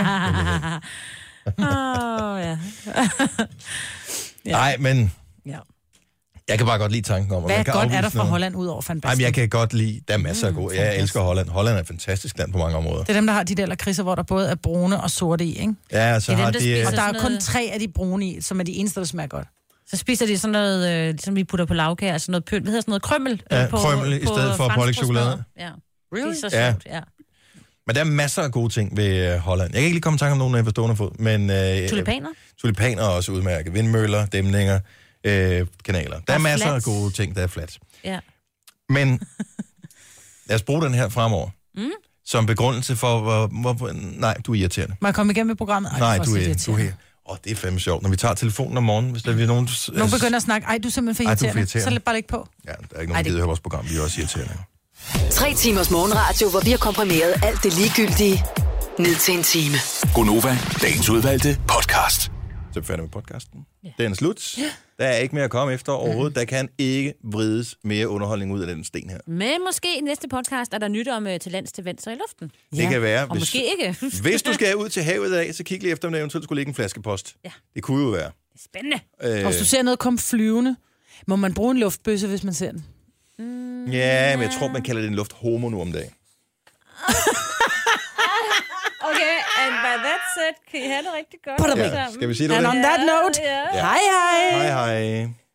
Nej, men... Ja. Jeg kan bare godt lide tanken om... Hvad godt er der fra Holland ud over Van Basten? Jamen, jeg kan godt lide... Der er masser af gode. Jeg elsker Holland. Holland er et fantastisk land på mange områder. Det er dem, der har de der lakridser, hvor der både er brune og sorte i, ikke? Ja, så har de... Og der er kun 3 af de brune i, som er de eneste, der smager godt. Så spiser de sådan noget, som vi putter på lavkage, altså noget pynt. Hvad hedder sådan noget? Krømmel? Krømmel i stedet for pålægchokolade. Ja. Really? Det er så sjovt, ja. Men der er masser af gode ting ved Holland. Jeg kan ikke lige komme i tanke om nogen af forstående fod, men... Tulipaner? Tulipaner er også udmærket. Vindmøller, dæmninger, kanaler. Der er masser af gode ting, der er flat. Ja. Men lad os bruge den her fremover. Som begrundelse for, hvor nej, du er irriterende. Må jeg komme igennem med programmet? Nej, du er her. Det er fandme sjovt. Når vi tager telefonen om morgenen, hvis der er nogen... Nogen begynder at snakke, du er simpelthen for irriterende. Så læg bare ikke på. Ja, der er ikke nogen, der gider høre vores program. Vi er også irriterende. 3 timers morgenradio, hvor vi har komprimeret alt det ligegyldige ned til en time. Gonova, dagens udvalgte podcast. Så er vi færdige med podcasten. Ja. Den er slut. Ja. Der er ikke mere at komme efter overhovedet. Der kan ikke vrides mere underholdning ud af den sten her. Men måske i næste podcast er der nyt om til lands til vands og i luften. Det kan være. Og måske ikke. Hvis du skal ud til havet i dag, så kig lige efter, om der eventuelt skulle ligge en flaskepost. Ja. Det kunne jo være. Det er spændende. Og hvis du ser noget komme flyvende, må man bruge en luftbøsse, hvis man ser den? Ja, men jeg tror, man kalder det en lufthomo nu om dagen. Okay, and by that said, kan I have det rigtig godt. Ja. Skal vi sige det? And on that note, hej hej. Hej hej.